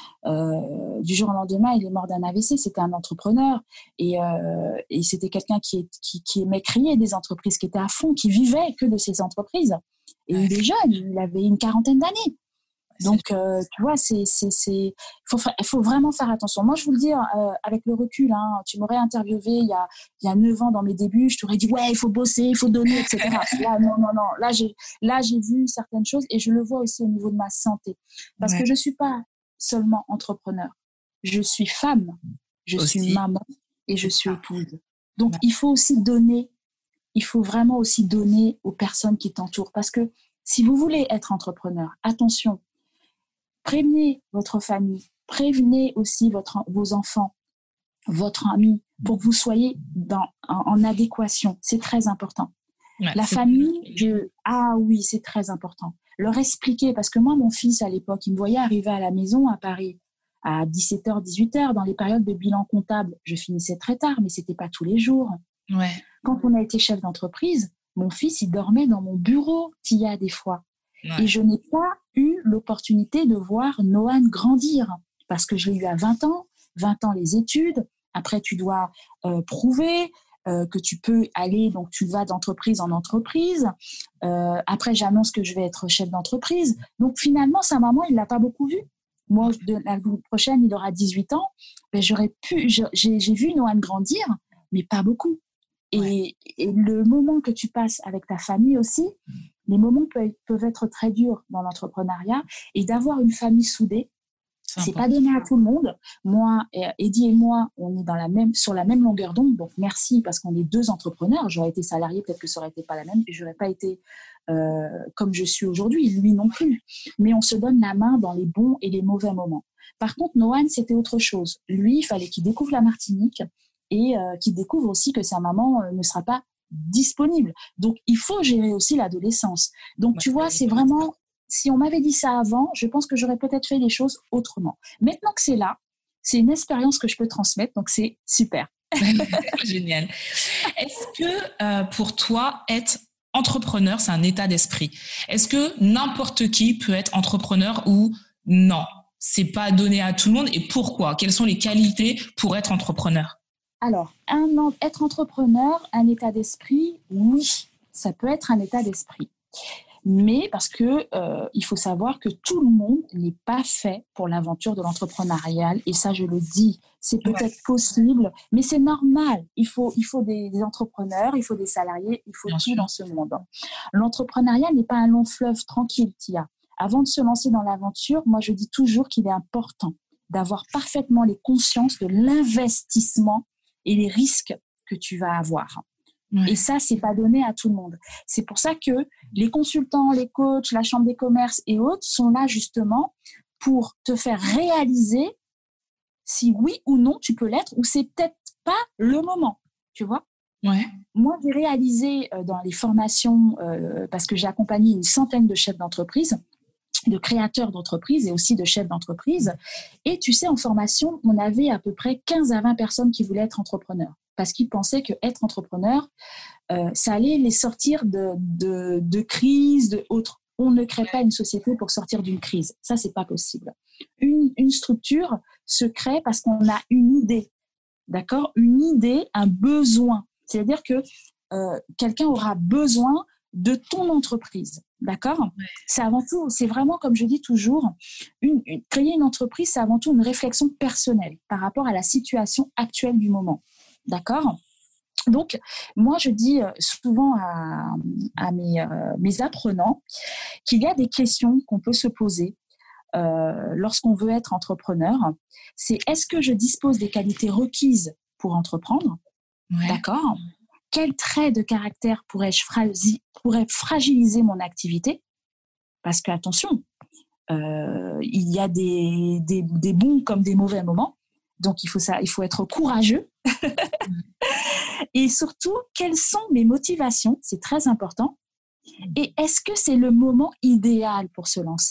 Euh, du jour au lendemain, il est mort d'un A V C. C'était un entrepreneur et, euh, et c'était quelqu'un qui, qui, qui aimait créer des entreprises, qui était à fond, qui vivait que de ces entreprises. Et ouais. il est jeune, il avait une quarantaine d'années. Donc, euh, tu vois, c'est, c'est, c'est, faut, faut vraiment faire attention. Moi, je vous le dis, euh, avec le recul, hein, tu m'aurais interviewé il y a, il y a neuf ans dans mes débuts, je t'aurais dit, ouais, il faut bosser, il faut donner, et cetera. Là, non, non, non. Là, j'ai, là, j'ai vu certaines choses et je le vois aussi au niveau de ma santé. Parce ouais. que je ne suis pas seulement entrepreneur. Je suis femme, je aussi. suis maman et je suis épouse. Donc, ouais. il faut aussi donner, il faut vraiment aussi donner aux personnes qui t'entourent. Parce que si vous voulez être entrepreneur, attention, prévenez votre famille, prévenez aussi votre, vos enfants, votre ami, pour que vous soyez dans, en, en adéquation. C'est très important. Ouais, la famille, je, ah oui, c'est très important. Leur expliquer, parce que moi, mon fils, à l'époque, il me voyait arriver à la maison à Paris à dix-sept heures, dix-huit heures. Dans les périodes de bilan comptable, je finissais très tard, mais ce n'était pas tous les jours. Ouais. Quand on a été chef d'entreprise, mon fils, il dormait dans mon bureau, qu'il y a des fois. Ouais. Et je n'ai pas eu l'opportunité de voir Noan grandir parce que je l'ai eu à vingt ans, vingt ans les études. Après, tu dois euh, prouver euh, que tu peux aller, donc tu vas d'entreprise en entreprise. Euh, après, j'annonce que je vais être chef d'entreprise. Donc finalement, sa maman, il ne l'a pas beaucoup vu. Moi, de, la prochaine, il aura dix-huit ans. Ben, j'aurais pu, je, j'ai, j'ai vu Noan grandir, mais pas beaucoup. Et, ouais. et le moment que tu passes avec ta famille aussi, les moments peuvent, peuvent être très durs dans l'entrepreneuriat et d'avoir une famille soudée, c'est, c'est pas donné à tout le monde. Moi, Eddie et moi, on est dans la même, sur la même longueur d'onde, donc merci parce qu'on est deux entrepreneurs. J'aurais été salariée, peut-être que ça aurait été pas la même et j'aurais pas été euh, comme je suis aujourd'hui, lui non plus. Mais on se donne la main dans les bons et les mauvais moments. Par contre, Noan, c'était autre chose. Lui, il fallait qu'il découvre la Martinique et euh, qu'il découvre aussi que sa maman euh, ne sera pas disponible. Donc, il faut gérer aussi l'adolescence. Donc, ouais, tu vois, c'est vraiment... Si on m'avait dit ça avant, je pense que j'aurais peut-être fait les choses autrement. Maintenant que c'est là, c'est une expérience que je peux transmettre, donc c'est super. Génial. Est-ce que euh, pour toi, être entrepreneur, c'est un état d'esprit? Est-ce que n'importe qui peut être entrepreneur ou non? C'est pas donné à tout le monde et pourquoi? Quelles sont les qualités pour être entrepreneur? Alors, un, être entrepreneur, un état d'esprit, oui, ça peut être un état d'esprit. Mais parce que euh, il faut savoir que tout le monde n'est pas fait pour l'aventure de l'entrepreneuriat. Et ça, je le dis, c'est peut-être ouais. possible, mais c'est normal. Il faut, il faut des, des entrepreneurs, il faut des salariés, il faut Bien tout sûr. Dans ce monde. L'entrepreneuriat n'est pas un long fleuve tranquille, Tia. Avant de se lancer dans l'aventure, moi, je dis toujours qu'il est important d'avoir parfaitement les consciences de l'investissement et les risques que tu vas avoir. Ouais. Et ça, c'est pas donné à tout le monde. C'est pour ça que les consultants, les coachs, la chambre des commerces et autres sont là justement pour te faire réaliser si oui ou non tu peux l'être ou c'est peut-être pas le moment, tu vois. Ouais. Moi, j'ai réalisé dans les formations, euh, parce que j'ai accompagné une centaine de chefs d'entreprise, de créateurs d'entreprise et aussi de chefs d'entreprise. Et tu sais, en formation, on avait à peu près quinze à vingt personnes qui voulaient être entrepreneurs. Parce qu'ils pensaient qu'être entrepreneur, euh, ça allait les sortir de, de, de crise, de autres. On ne crée pas une société pour sortir d'une crise. Ça, c'est pas possible. Une, une structure se crée parce qu'on a une idée, d'accord ? Une idée, un besoin. C'est-à-dire que euh, quelqu'un aura besoin de ton entreprise, d'accord ? Ouais. C'est avant tout, c'est vraiment, comme je dis toujours, une, une, créer une entreprise, c'est avant tout une réflexion personnelle par rapport à la situation actuelle du moment. D'accord ? Donc, moi, je dis souvent à, à mes, euh, mes apprenants qu'il y a des questions qu'on peut se poser euh, lorsqu'on veut être entrepreneur, c'est est-ce que je dispose des qualités requises pour entreprendre ? Ouais. D'accord ? Quels traits de caractère pourrais-je fragi- pourrais fragiliser mon activité ? Parce que, attention, euh, il y a des, des, des bons comme des mauvais moments. Donc, il faut, ça, il faut être courageux. Et surtout, quelles sont mes motivations ? C'est très important. Et est-ce que c'est le moment idéal pour se lancer ?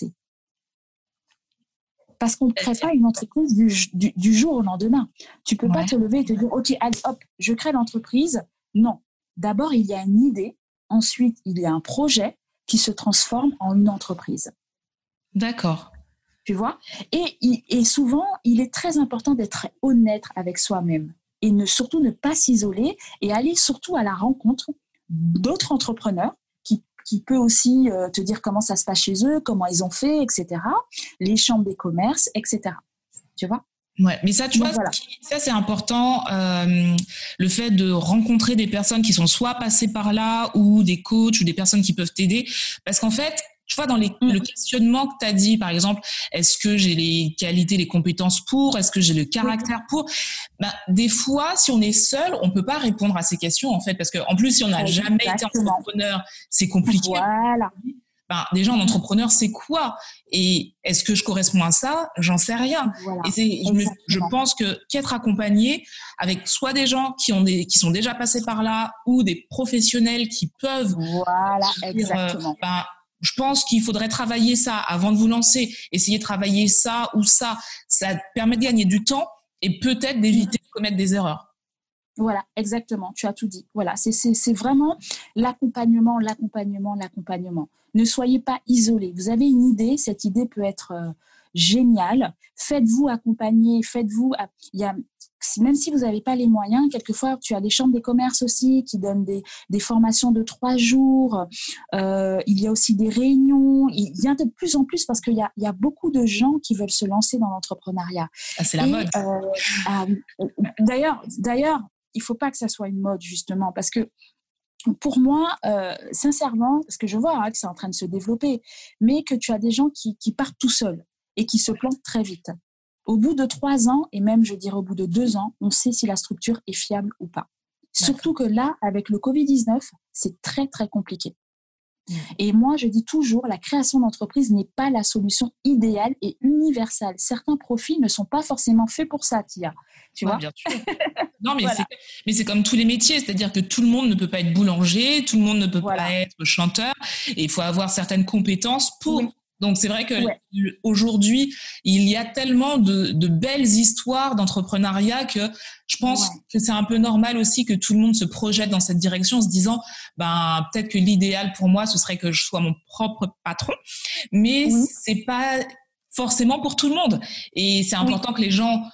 Parce qu'on ne crée pas une entreprise du, du, du jour au lendemain. Tu ne peux ouais. pas te lever et te dire « Ok, allez, hop, je crée l'entreprise ». Non. D'abord, il y a une idée. Ensuite, il y a un projet qui se transforme en une entreprise. D'accord. Tu vois ? et, et souvent, il est très important d'être honnête avec soi-même et ne, surtout ne pas s'isoler et aller surtout à la rencontre d'autres entrepreneurs qui, qui peut aussi euh, te dire comment ça se passe chez eux, comment ils ont fait, et cetera. Les chambres des commerces, et cetera. Tu vois ? Ouais, mais ça, tu Donc, vois, voilà. ça c'est important, euh, le fait de rencontrer des personnes qui sont soit passées par là ou des coachs ou des personnes qui peuvent t'aider, parce qu'en fait, tu vois, dans les, mmh. le questionnement que tu as dit, par exemple, est-ce que j'ai les qualités, les compétences pour, est-ce que j'ai le caractère mmh. pour, ben, des fois, si on est seul, on peut pas répondre à ces questions, en fait, parce qu'en plus, si on n'a jamais été entrepreneur, c'est compliqué. Voilà. Ben, déjà, un entrepreneur, c'est quoi ? Et est-ce que je corresponds à ça ? J'en sais rien. Voilà. Et c'est, je, me, je pense que qu'être accompagné avec soit des gens qui ont des, qui sont déjà passés par là ou des professionnels qui peuvent. Voilà, dire, exactement. Euh, ben, je pense qu'il faudrait travailler ça avant de vous lancer. Essayer de travailler ça ou ça. Ça permet de gagner du temps et peut-être d'éviter de commettre des erreurs. Voilà, exactement. Tu as tout dit. Voilà, c'est, c'est, c'est vraiment l'accompagnement, l'accompagnement, l'accompagnement. Ne soyez pas isolés. Vous avez une idée, cette idée peut être euh, géniale. Faites-vous accompagner, faites-vous... Il y a, même si vous n'avez pas les moyens, quelquefois, tu as des chambres des commerces aussi qui donnent des, des formations de trois jours. Euh, il y a aussi des réunions. Il y a de plus en plus parce qu'il y a, il y a beaucoup de gens qui veulent se lancer dans l'entrepreneuriat. Ah, c'est la Et, mode. Euh, ah, d'ailleurs, d'ailleurs, il ne faut pas que ça soit une mode, justement, parce que pour moi, euh, sincèrement, parce que je vois hein, que c'est en train de se développer, mais que tu as des gens qui, qui partent tout seuls et qui se plantent très vite. Au bout de trois ans, et même je dirais au bout de deux ans, on sait si la structure est fiable ou pas. D'accord. Surtout que là, avec le covid dix-neuf, c'est très, très compliqué. Mmh. Et moi, je dis toujours, la création d'entreprise n'est pas la solution idéale et universelle. Certains profils ne sont pas forcément faits pour ça, Tia. Tu ouais, vois bien sûr. Non, mais, voilà. c'est, mais c'est comme tous les métiers, c'est-à-dire que tout le monde ne peut pas être boulanger, tout le monde ne peut voilà. pas être chanteur, et il faut avoir certaines compétences pour... Oui. Donc, c'est vrai qu'aujourd'hui, ouais. il y a tellement de, de belles histoires d'entrepreneuriat que je pense ouais. que c'est un peu normal aussi que tout le monde se projette dans cette direction en se disant, ben, peut-être que l'idéal pour moi, ce serait que je sois mon propre patron, mais oui. c'est pas forcément pour tout le monde. Et c'est important oui. que les gens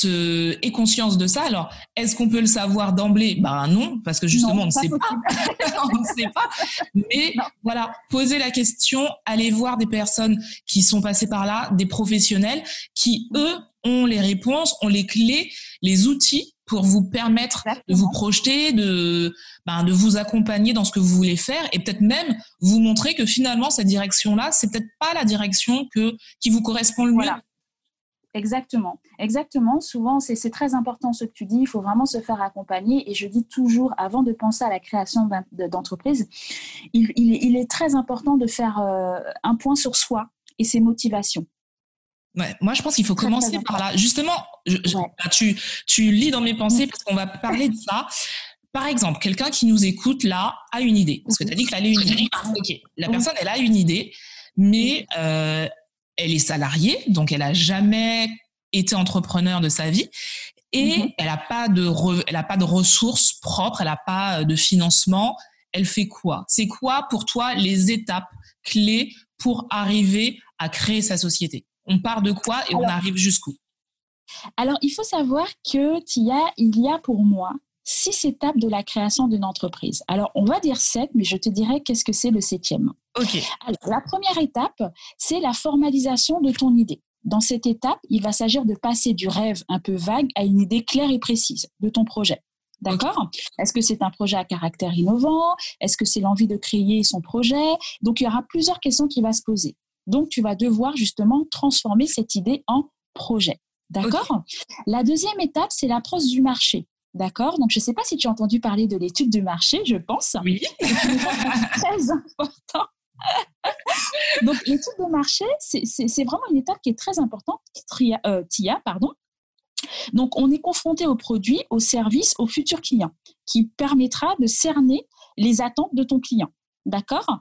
se aient conscience de ça. Alors, est-ce qu'on peut le savoir d'emblée ? Ben non, parce que justement, non, on ne sait pas. on ne sait pas. Mais non. voilà, posez la question, allez voir des personnes qui sont passées par là, des professionnels qui, eux, ont les réponses, ont les clés, les outils pour vous permettre Exactement. de vous projeter, de, ben, de vous accompagner dans ce que vous voulez faire et peut-être même vous montrer que finalement, cette direction-là, c'est peut-être pas la direction que, qui vous correspond le mieux. Voilà. Exactement, exactement. Souvent, c'est, c'est très important ce que tu dis. Il faut vraiment se faire accompagner. Et je dis toujours, avant de penser à la création d'entreprise, il, il, il est très important de faire euh, un point sur soi et ses motivations. Ouais, moi, je pense qu'il faut très, commencer très par là. Justement, je, je, ouais. là, tu, tu lis dans mes pensées parce qu'on va parler de ça. Par exemple, quelqu'un qui nous écoute là a une idée. Parce que tu as dit qu'elle a une idée. Ok, la personne, elle a une idée, mais euh, elle est salariée, donc elle n'a jamais été entrepreneur de sa vie et mm-hmm. elle n'a pas de re, elle a pas de ressources propres, elle n'a pas de financement. Elle fait quoi ? C'est quoi pour toi les étapes clés pour arriver à créer sa société ? On part de quoi et alors, on arrive jusqu'où ? Alors, il faut savoir que Tia, il y a pour moi six étapes de la création d'une entreprise. Alors, on va dire sept, mais je te dirai qu'est-ce que c'est le septième. Ok. Alors, la première étape, c'est la formalisation de ton idée. Dans cette étape, il va s'agir de passer du rêve un peu vague à une idée claire et précise de ton projet. D'accord ? Okay. Est-ce que c'est un projet à caractère innovant ? Est-ce que c'est l'envie de créer son projet ? Donc, il y aura plusieurs questions qui vont se poser. Donc, tu vas devoir justement transformer cette idée en projet. D'accord ? Okay. La deuxième étape, c'est l'approche du marché. D'accord ? Donc, je ne sais pas si tu as entendu parler de l'étude du marché, je pense. Oui. C'est très important. Donc, l'étude de marché, c'est, c'est, c'est vraiment une étape qui est très importante, Tia, euh, Tia, pardon. Donc, on est confronté aux produits, aux services, aux futurs clients, qui permettra de cerner les attentes de ton client. D'accord ?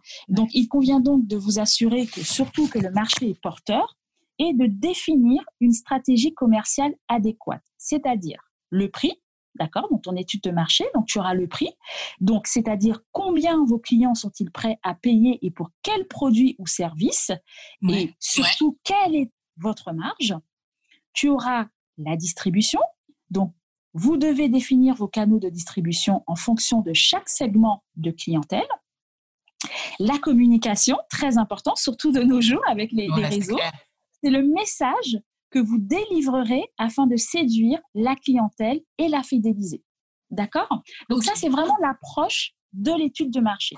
Donc, il convient donc de vous assurer que, surtout que le marché est porteur et de définir une stratégie commerciale adéquate, c'est-à-dire le prix, d'accord, dans ton étude de marché, donc tu auras le prix, donc c'est-à-dire combien vos clients sont-ils prêts à payer et pour quel produit ou service, ouais, et surtout ouais. quelle est votre marge. Tu auras la distribution, donc vous devez définir vos canaux de distribution en fonction de chaque segment de clientèle. La communication, très important, surtout de nos jours avec les, ouais, les réseaux, c'est, c'est le message que vous délivrerez afin de séduire la clientèle et la fidéliser. D'accord ? Donc okay. ça, c'est vraiment l'approche de l'étude de marché.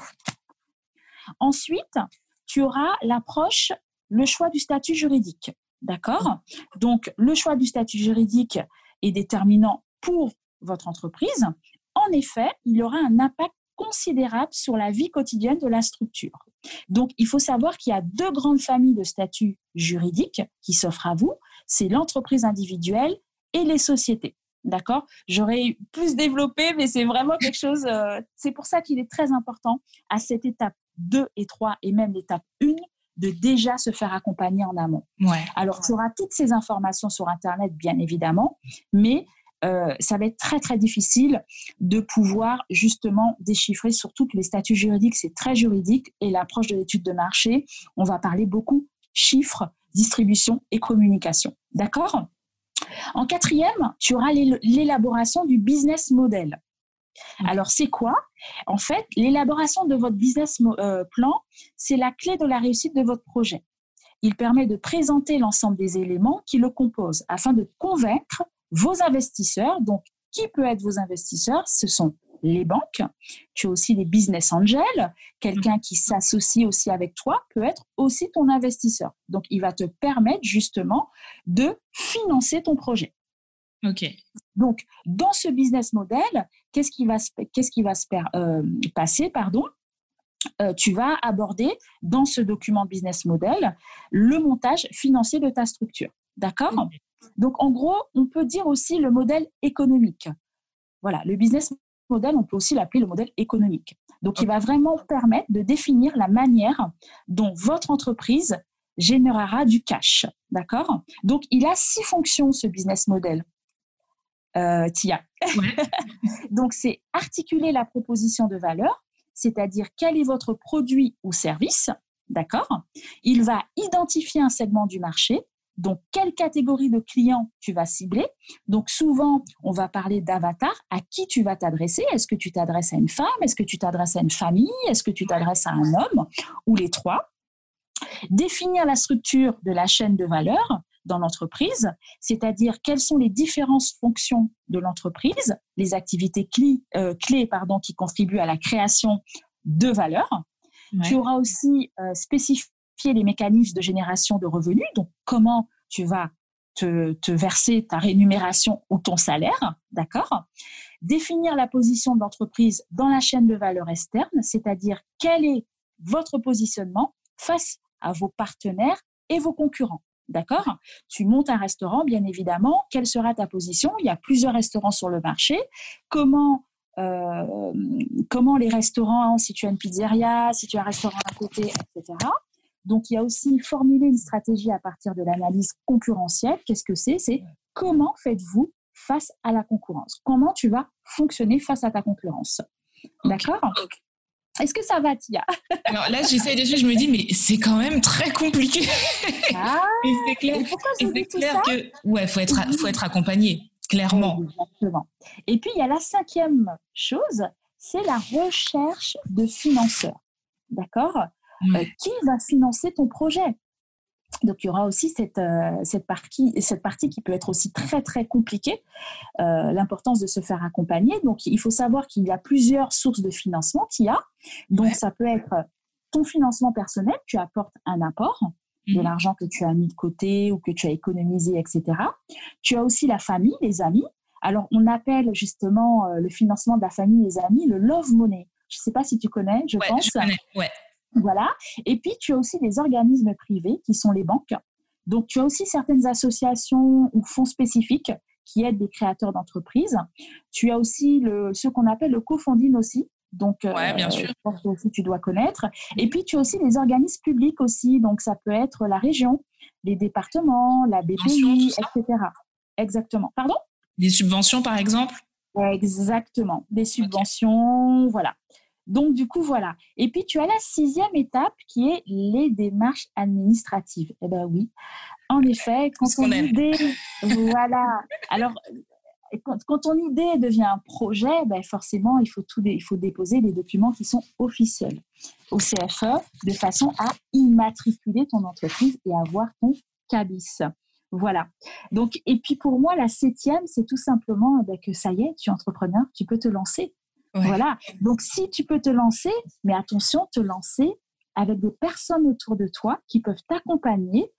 Ensuite, tu auras l'approche, le choix du statut juridique. D'accord ? Donc, le choix du statut juridique est déterminant pour votre entreprise. En effet, il aura un impact considérable sur la vie quotidienne de la structure. Donc, il faut savoir qu'il y a deux grandes familles de statuts juridiques qui s'offrent à vous. C'est l'entreprise individuelle et les sociétés. D'accord ? J'aurais plus développé, mais c'est vraiment quelque chose… Euh, c'est pour ça qu'il est très important à cette étape deux et trois et même l'étape un de déjà se faire accompagner en amont. Ouais. Alors, tu auras toutes ces informations sur Internet, bien évidemment, mais euh, ça va être très, très difficile de pouvoir justement déchiffrer, surtout que les statuts juridiques, c'est très juridique, et l'approche de l'étude de marché, on va parler beaucoup chiffres, distribution et communication. D'accord ? En quatrième, tu auras l'élaboration du business model. Alors, c'est quoi ? En fait, l'élaboration de votre business euh, plan, c'est la clé de la réussite de votre projet. Il permet de présenter l'ensemble des éléments qui le composent afin de convaincre vos investisseurs. Donc, qui peut être vos investisseurs ? Ce sont les banques. Tu as aussi les business angels. Quelqu'un qui s'associe aussi avec toi peut être aussi ton investisseur. Donc, il va te permettre justement de financer ton projet. Ok. Donc, dans ce business model, qu'est-ce qui va se, qu'est-ce qui va se euh, passer, pardon euh, tu vas aborder dans ce document business model le montage financier de ta structure. D'accord ? Okay. Donc, en gros, on peut dire aussi le modèle économique. Voilà, le business model, on peut aussi l'appeler le modèle économique. Donc, okay. il va vraiment permettre de définir la manière dont votre entreprise générera du cash. D'accord ? Donc, il a six fonctions, ce business model. Euh, Tia. Ouais. Donc, c'est articuler la proposition de valeur, c'est-à-dire quel est votre produit ou service, d'accord ? Il va identifier un segment du marché, donc quelle catégorie de clients tu vas cibler. Donc, souvent, on va parler d'avatar, à qui tu vas t'adresser. Est-ce que tu t'adresses à une femme ? Est-ce que tu t'adresses à une famille ? Est-ce que tu t'adresses à un homme ? Ou les trois. Définir la structure de la chaîne de valeur dans l'entreprise, c'est-à-dire quelles sont les différentes fonctions de l'entreprise, les activités clés, euh, clés pardon, qui contribuent à la création de valeur. Ouais. Tu auras aussi euh, spécifié les mécanismes de génération de revenus, donc comment tu vas te, te verser ta rémunération ou ton salaire, d'accord ? Définir la position de l'entreprise dans la chaîne de valeur externe, c'est-à-dire quel est votre positionnement face à vos partenaires et vos concurrents. D'accord ? Tu montes un restaurant, bien évidemment. Quelle sera ta position ? Il y a plusieurs restaurants sur le marché. Comment, euh, comment les restaurants, si tu as une pizzeria, si tu as un restaurant à côté, et cetera. Donc, il y a aussi formuler une stratégie à partir de l'analyse concurrentielle. Qu'est-ce que c'est ? C'est comment faites-vous face à la concurrence ? Comment tu vas fonctionner face à ta concurrence ? D'accord ? Okay. Est-ce que ça va, Tia ? Alors là, j'essaie de suivre, je me dis, mais c'est quand même très compliqué. Ah, et c'est clair, et pourquoi je et vous c'est dis tout clair ça ? que ouais, faut être, faut être accompagné, clairement. Oui, exactement. Et puis, il y a la cinquième chose, c'est la recherche de financeurs. D'accord ? Oui. euh, Qui va financer ton projet ? Donc, il y aura aussi cette, euh, cette, partie, cette partie qui peut être aussi très, très compliquée, euh, l'importance de se faire accompagner. Donc, il faut savoir qu'il y a plusieurs sources de financement qu'il y a. Donc, ouais. Ça peut être ton financement personnel, tu apportes un apport, de l'argent que tu as mis de côté ou que tu as économisé, et cetera. Tu as aussi la famille, les amis. Alors, on appelle justement euh, le financement de la famille et les amis le love money. Je ne sais pas si tu connais, je ouais, pense. Je connais, ouais. Voilà. Et puis, tu as aussi des organismes privés qui sont les banques. Donc, tu as aussi certaines associations ou fonds spécifiques qui aident des créateurs d'entreprises. Tu as aussi le, ce qu'on appelle le co-funding aussi. Donc, ouais, bien euh, sûr. je pense que aussi tu dois connaître. Et puis, tu as aussi les organismes publics aussi. Donc, ça peut être la région, les départements, la B P I, et cetera. Exactement. Pardon ? Des subventions, par exemple ? Exactement. Des subventions, okay. Voilà. Donc, du coup, voilà. Et puis, tu as la sixième étape qui est les démarches administratives. Eh bien, oui. En effet, quand ton idée... voilà. Alors, quand, quand ton idée devient un projet, ben forcément, il faut, tout dé, il faut déposer des documents qui sont officiels au C F E de façon à immatriculer ton entreprise et avoir ton cabis. Voilà. Donc, et puis pour moi, la septième, c'est tout simplement ben, que ça y est, tu es entrepreneur, tu peux te lancer. Ouais. Voilà. Donc, si tu peux te lancer, mais attention, te lancer avec des personnes autour de toi qui peuvent t'accompagner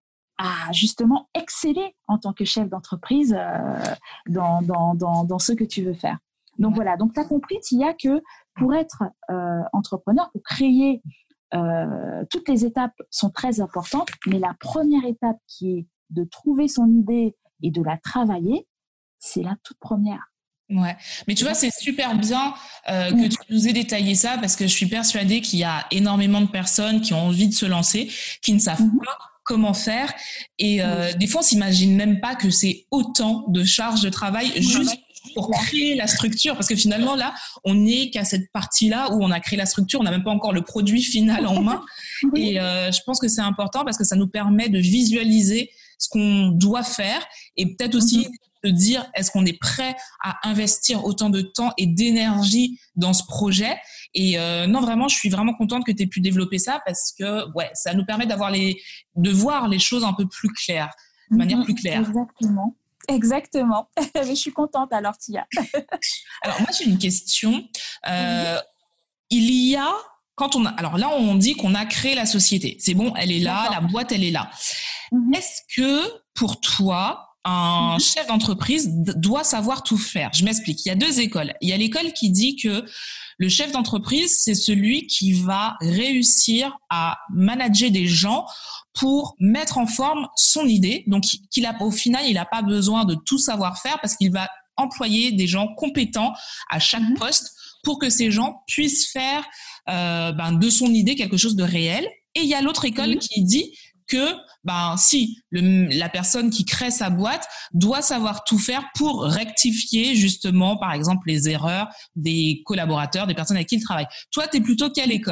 à justement exceller en tant que chef d'entreprise euh, dans, dans, dans, dans ce que tu veux faire. Donc, ouais. Voilà. Donc, tu as compris, Tia, que pour être euh, entrepreneur, pour créer, euh, toutes les étapes sont très importantes, mais la première étape qui est de trouver son idée et de la travailler, c'est la toute première. Ouais, mais tu vois, c'est super bien euh, que tu nous aies détaillé ça parce que je suis persuadée qu'il y a énormément de personnes qui ont envie de se lancer, qui ne savent mm-hmm. pas comment faire et euh, mm-hmm. des fois on s'imagine même pas que c'est autant de charges de travail mm-hmm. juste pour créer la structure, parce que finalement là on n'est qu'à cette partie-là où on a créé la structure, on n'a même pas encore le produit final en main. Oui. Et euh, je pense que c'est important parce que ça nous permet de visualiser ce qu'on doit faire et peut-être aussi mm-hmm. de dire est-ce qu'on est prêt à investir autant de temps et d'énergie dans ce projet. Et euh, non, vraiment, je suis vraiment contente que tu aies pu développer ça parce que ouais, ça nous permet d'avoir les, de voir les choses un peu plus claires, de manière plus claire. Exactement. Exactement. Je suis contente alors, Tia. Alors moi, j'ai une question. Euh, oui. Il y a, quand on a, alors là, on dit qu'on a créé la société. C'est bon, elle est là, D'accord. La boîte, elle est là. Mm-hmm. Est-ce que pour toi, un mm-hmm. chef d'entreprise doit savoir tout faire? Je m'explique. Il y a deux écoles. Il y a l'école qui dit que le chef d'entreprise, c'est celui qui va réussir à manager des gens pour mettre en forme son idée. Donc, qu'il a, au final, il n'a pas besoin de tout savoir faire parce qu'il va employer des gens compétents à chaque mmh. poste pour que ces gens puissent faire euh, ben, de son idée quelque chose de réel. Et il y a l'autre école mmh. qui dit que ben, si le, la personne qui crée sa boîte doit savoir tout faire pour rectifier justement, par exemple, les erreurs des collaborateurs, des personnes avec qui il travaille. Toi, tu es plutôt quelle école ?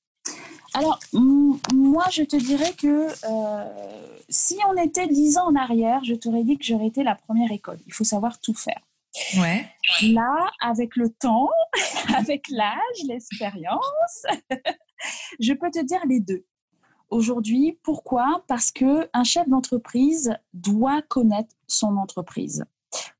Alors, m- moi, je te dirais que euh, si on était dix ans en arrière, je t'aurais dit que j'aurais été la première école. Il faut savoir tout faire. Ouais. Là, avec le temps, avec l'âge, l'expérience, je peux te dire les deux. Aujourd'hui, pourquoi ? Parce qu'un chef d'entreprise doit connaître son entreprise. Comment ?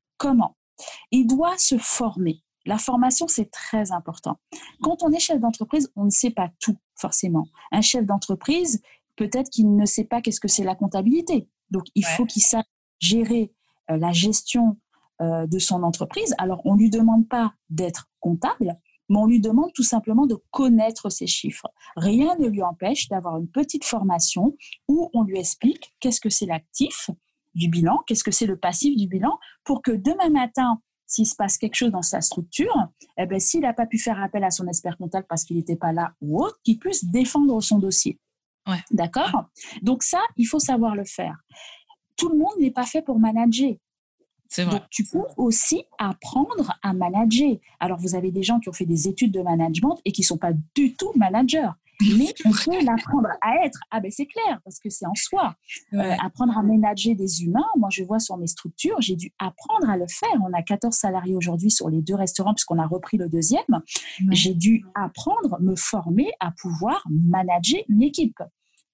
Il doit se former. La formation, c'est très important. Quand on est chef d'entreprise, on ne sait pas tout, forcément. Un chef d'entreprise, peut-être qu'il ne sait pas qu'est-ce que c'est la comptabilité. Donc, il ouais. faut qu'il sache gérer euh, la gestion euh, de son entreprise. Alors, on ne lui demande pas d'être comptable, mais on lui demande tout simplement de connaître ses chiffres. Rien ne lui empêche d'avoir une petite formation où on lui explique qu'est-ce que c'est l'actif du bilan, qu'est-ce que c'est le passif du bilan, pour que demain matin, s'il se passe quelque chose dans sa structure, eh bien, s'il n'a pas pu faire appel à son expert comptable parce qu'il n'était pas là ou autre, qu'il puisse défendre son dossier. Ouais. D'accord ? Donc ça, il faut savoir le faire. Tout le monde n'est pas fait pour manager. C'est vrai. Donc, tu peux aussi apprendre à manager. Alors, vous avez des gens qui ont fait des études de management et qui ne sont pas du tout managers. Mais on peut l'apprendre à être. Ah ben c'est clair, parce que c'est en soi. Ouais. Euh, apprendre à manager des humains, moi je vois sur mes structures, j'ai dû apprendre à le faire. On a quatorze salariés aujourd'hui sur les deux restaurants, puisqu'on a repris le deuxième. Ouais. J'ai dû apprendre, me former à pouvoir manager une équipe. D'accord ?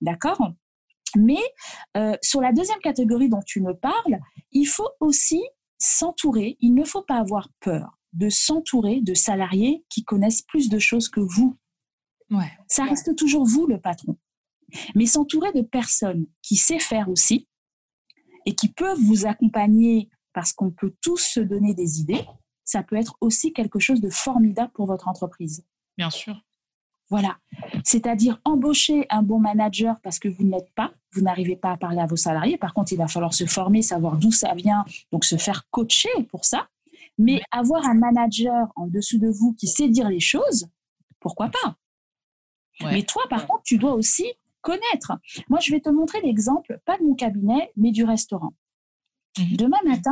Mais euh, sur la deuxième catégorie dont tu me parles, il faut aussi s'entourer, il ne faut pas avoir peur de s'entourer de salariés qui connaissent plus de choses que vous. Ouais. Ça reste toujours vous le patron. Mais s'entourer de personnes qui savent faire aussi et qui peuvent vous accompagner parce qu'on peut tous se donner des idées, ça peut être aussi quelque chose de formidable pour votre entreprise. Bien sûr. Voilà. C'est-à-dire embaucher un bon manager parce que vous ne l'êtes pas, vous n'arrivez pas à parler à vos salariés. Par contre, il va falloir se former, savoir d'où ça vient, donc se faire coacher pour ça. Mais ouais. avoir un manager en dessous de vous qui sait dire les choses, pourquoi pas? Ouais. Mais toi, par ouais. contre, tu dois aussi connaître. Moi, je vais te montrer l'exemple, pas de mon cabinet, mais du restaurant. Mmh. Demain matin,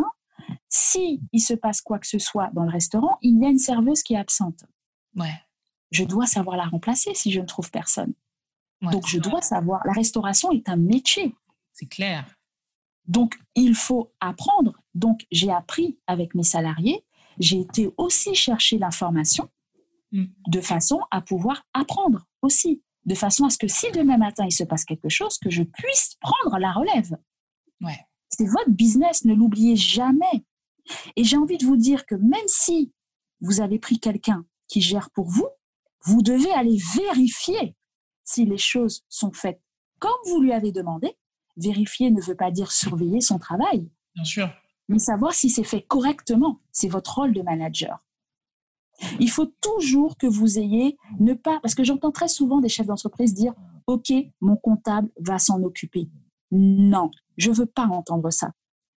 si il se passe quoi que ce soit dans le restaurant, il y a une serveuse qui est absente. Ouais. Je dois savoir la remplacer si je ne trouve personne. Ouais, Donc, je dois savoir. La restauration est un métier. C'est clair. Donc, il faut apprendre. Donc, j'ai appris avec mes salariés. J'ai été aussi chercher l'information mm. de façon à pouvoir apprendre aussi. De façon à ce que si demain matin, il se passe quelque chose, que je puisse prendre la relève. Ouais. C'est votre business, ne l'oubliez jamais. Et j'ai envie de vous dire que même si vous avez pris quelqu'un qui gère pour vous, vous devez aller vérifier si les choses sont faites comme vous lui avez demandé. Vérifier ne veut pas dire surveiller son travail. Bien sûr. Mais savoir si c'est fait correctement. C'est votre rôle de manager. Il faut toujours que vous ayez, ne pas, parce que j'entends très souvent des chefs d'entreprise dire « Ok, mon comptable va s'en occuper ». Non, je ne veux pas entendre ça.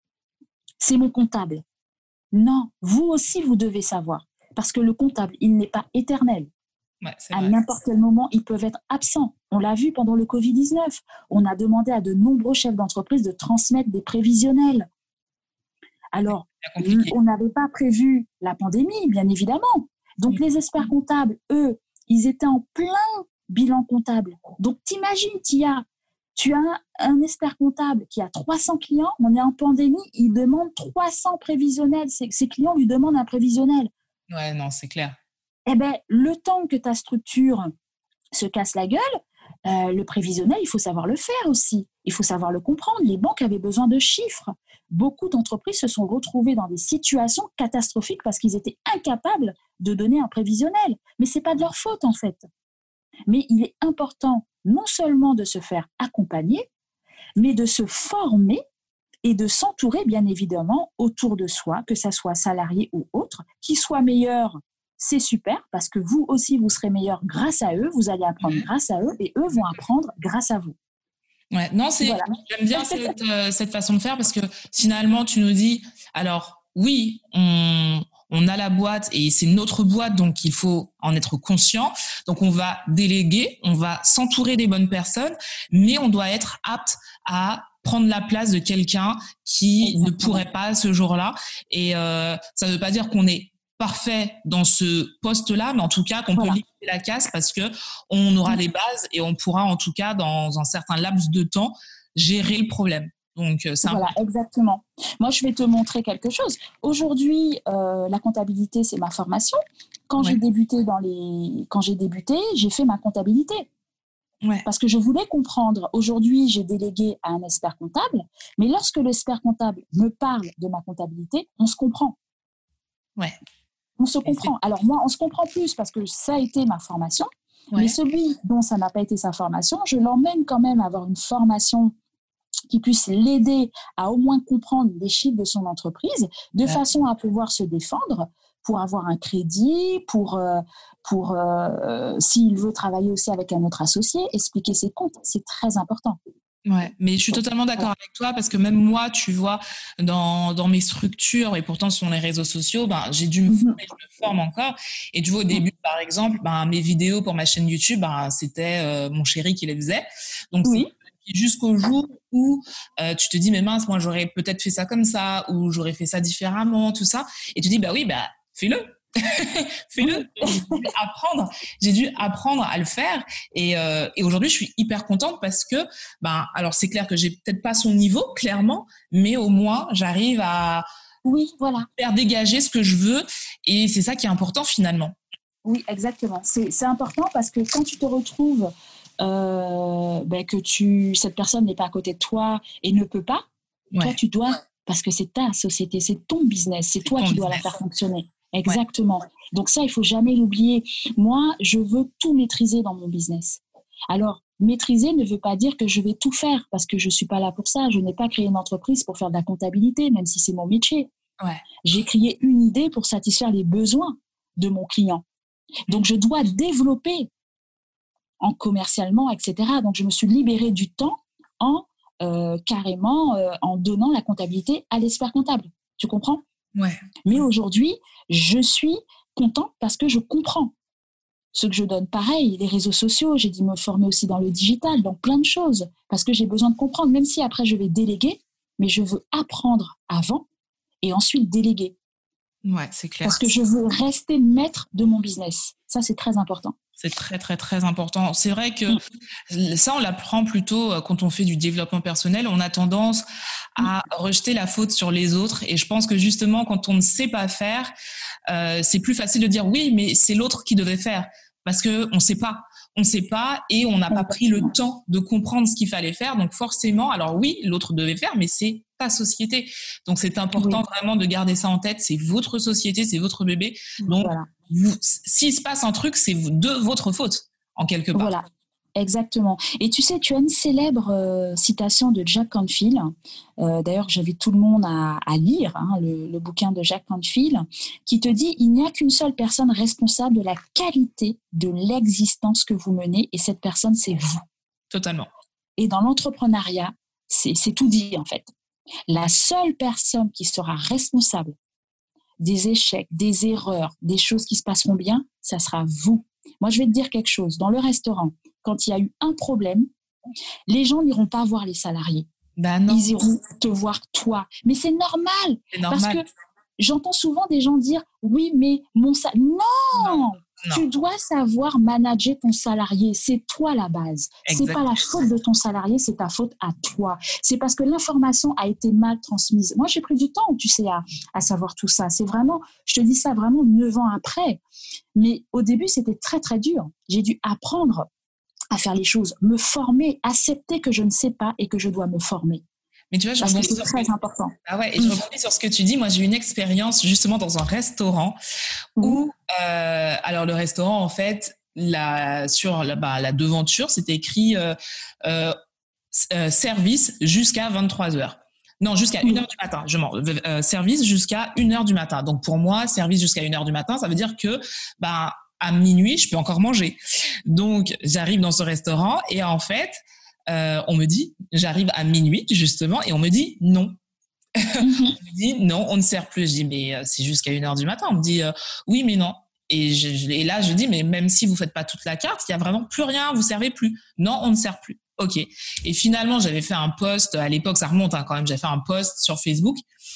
C'est mon comptable. Non, vous aussi, vous devez savoir. Parce que le comptable, il n'est pas éternel. Ouais, à n'importe quel moment, ils peuvent être absents. On l'a vu pendant le covid dix-neuf. On a demandé à de nombreux chefs d'entreprise de transmettre des prévisionnels. Alors, on n'avait pas prévu la pandémie, bien évidemment. Donc, mmh. les experts comptables, eux, ils étaient en plein bilan comptable. Donc, t'imagines, Tia, tu as un expert comptable qui a trois cents clients, on est en pandémie, il demande trois cents prévisionnels. Ses, ses clients lui demandent un prévisionnel. Ouais, non, c'est clair. Eh bien, le temps que ta structure se casse la gueule, euh, le prévisionnel, il faut savoir le faire aussi. Il faut savoir le comprendre. Les banques avaient besoin de chiffres. Beaucoup d'entreprises se sont retrouvées dans des situations catastrophiques parce qu'ils étaient incapables de donner un prévisionnel. Mais ce n'est pas de leur faute, en fait. Mais il est important non seulement de se faire accompagner, mais de se former et de s'entourer, bien évidemment, autour de soi, que ça soit salarié ou autre, qui soit meilleur. C'est super parce que vous aussi, vous serez meilleur grâce à eux. Vous allez apprendre mmh. grâce à eux et eux vont apprendre grâce à vous. Ouais, non, c'est, voilà. J'aime bien cette, euh, cette façon de faire parce que finalement, tu nous dis, alors oui, on, on a la boîte et c'est notre boîte, donc il faut en être conscient. Donc, on va déléguer, on va s'entourer des bonnes personnes, mais on doit être apte à prendre la place de quelqu'un qui Exactement. ne pourrait pas ce jour-là. Et euh, ça ne veut pas dire qu'on est parfait dans ce poste-là, mais en tout cas qu'on voilà. peut limiter la casse parce que on aura les bases et on pourra en tout cas dans un certain laps de temps gérer le problème. Donc c'est voilà, important. Exactement. Moi, je vais te montrer quelque chose. Aujourd'hui, euh, la comptabilité, c'est ma formation. Quand ouais. j'ai débuté dans les, quand j'ai débuté, j'ai fait ma comptabilité. Ouais. Parce que je voulais comprendre. Aujourd'hui, j'ai délégué à un expert comptable, mais lorsque l'expert comptable me parle de ma comptabilité, on se comprend. Ouais. On se comprend. Alors moi, on se comprend plus parce que ça a été ma formation. Ouais. Mais celui dont ça n'a pas été sa formation, je l'emmène quand même à avoir une formation qui puisse l'aider à au moins comprendre les chiffres de son entreprise, de ouais. façon à pouvoir se défendre, pour avoir un crédit, pour, euh, pour euh, s'il veut travailler aussi avec un autre associé, expliquer ses comptes. C'est très important. Ouais, mais je suis totalement d'accord avec toi parce que même moi, tu vois, dans, dans mes structures et pourtant sur les réseaux sociaux, ben, j'ai dû me former, je me forme encore. Et tu vois, au début, par exemple, ben, mes vidéos pour ma chaîne YouTube, ben, c'était euh, mon chéri qui les faisait. Donc, oui. c'est jusqu'au jour où euh, tu te dis, mais mince, moi, j'aurais peut-être fait ça comme ça ou j'aurais fait ça différemment, tout ça. Et tu dis, bah oui, bah, fais-le. Fais-le. J'ai dû apprendre, j'ai dû apprendre à le faire et, euh, et aujourd'hui je suis hyper contente parce que ben alors c'est clair que j'ai peut-être pas son niveau clairement, mais au moins j'arrive à oui voilà faire dégager ce que je veux et c'est ça qui est important finalement. Oui exactement, c'est c'est important parce que quand tu te retrouves euh, ben, que tu cette personne n'est pas à côté de toi et ne peut pas, ouais. toi tu dois parce que c'est ta société, c'est ton business, c'est, c'est toi qui business. dois la faire fonctionner. Exactement. Ouais. Donc ça, il faut jamais l'oublier. Moi, je veux tout maîtriser dans mon business. Alors, Maîtriser ne veut pas dire que je vais tout faire parce que je suis pas là pour ça. Je n'ai pas créé une entreprise pour faire de la comptabilité, même si c'est mon métier. Ouais. J'ai créé une idée pour satisfaire les besoins de mon client. Donc, je dois développer en commercialement, et cetera. Donc, je me suis libérée du temps en euh, carrément euh, en donnant la comptabilité à l'expert comptable. Tu comprends ? Ouais. Mais aujourd'hui, je suis contente parce que je comprends ce que je donne. Pareil, les réseaux sociaux, j'ai dû me former aussi dans le digital, dans plein de choses, parce que j'ai besoin de comprendre, même si après je vais déléguer, mais je veux apprendre avant et ensuite déléguer. Ouais, c'est clair. Parce que je veux rester maître de mon business. Ça, c'est très important. C'est très, très, très important. C'est vrai que mmh. ça, on l'apprend plutôt quand on fait du développement personnel. On a tendance à mmh. rejeter la faute sur les autres. Et je pense que justement, quand on ne sait pas faire, euh, c'est plus facile de dire oui, mais c'est l'autre qui devait faire. Parce qu'on ne sait pas. On ne sait pas et on n'a pas pris le temps de comprendre ce qu'il fallait faire. Donc forcément, alors oui, l'autre devait faire, mais c'est ta société. Donc c'est important oui. vraiment de garder ça en tête. C'est votre société, c'est votre bébé. Donc voilà. vous, s'il se passe un truc, c'est de votre faute, en quelque part. Voilà, exactement. Et tu sais, tu as une célèbre euh, citation de Jack Canfield. Euh, d'ailleurs, j'invite tout le monde à, à lire hein, le, le bouquin de Jack Canfield, qui te dit « Il n'y a qu'une seule personne responsable de la qualité de l'existence que vous menez, et cette personne, c'est vous. » Totalement. Et dans l'entrepreneuriat, c'est, c'est tout dit, en fait. La seule personne qui sera responsable des échecs, des erreurs, des choses qui se passeront bien, ça sera vous. Moi, je vais te dire quelque chose. Dans le restaurant, quand il y a eu un problème, les gens n'iront pas voir les salariés. Ben non. Ils iront te voir toi. Mais c'est normal. C'est normal. Parce que j'entends souvent des gens dire « Oui, mais mon salarié… » Non, non. Non. Tu dois savoir manager ton salarié. C'est toi la base. Exactement. C'est pas la faute de ton salarié, c'est ta faute à toi. C'est parce que l'information a été mal transmise. Moi, j'ai pris du temps, tu sais, à, à savoir tout ça. C'est vraiment, je te dis ça vraiment neuf ans après. Mais au début, c'était très, très dur. J'ai dû apprendre à faire les choses, me former, accepter que je ne sais pas et que je dois me former. Mais tu vois, je ah, c'est très que... important. Ah ouais, et je rebondis sur ce que tu dis. Moi, j'ai eu une expérience justement dans un restaurant mmh. où, euh, alors le restaurant, en fait, la, sur la, bah, la devanture, c'était écrit euh, euh, euh, service jusqu'à vingt-trois heures. Non, jusqu'à une heure du matin. Je m'en, euh, service jusqu'à une heure du matin. Donc pour moi, service jusqu'à une heure du matin, ça veut dire que bah à minuit, je peux encore manger. Donc j'arrive dans ce restaurant et en fait. Euh, on me dit, j'arrive à minuit justement, et on me dit non. Mm-hmm. On me dit non, on ne sert plus. Je dis mais euh, c'est jusqu'à une heure du matin. On me dit euh, oui mais non. Et, je, je, et là je dis mais même si vous faites pas toute la carte, il y a vraiment plus rien, vous servez plus. Non, on ne sert plus. Ok. Et finalement j'avais fait un post à l'époque, ça remonte hein, quand même. J'avais fait un post sur Facebook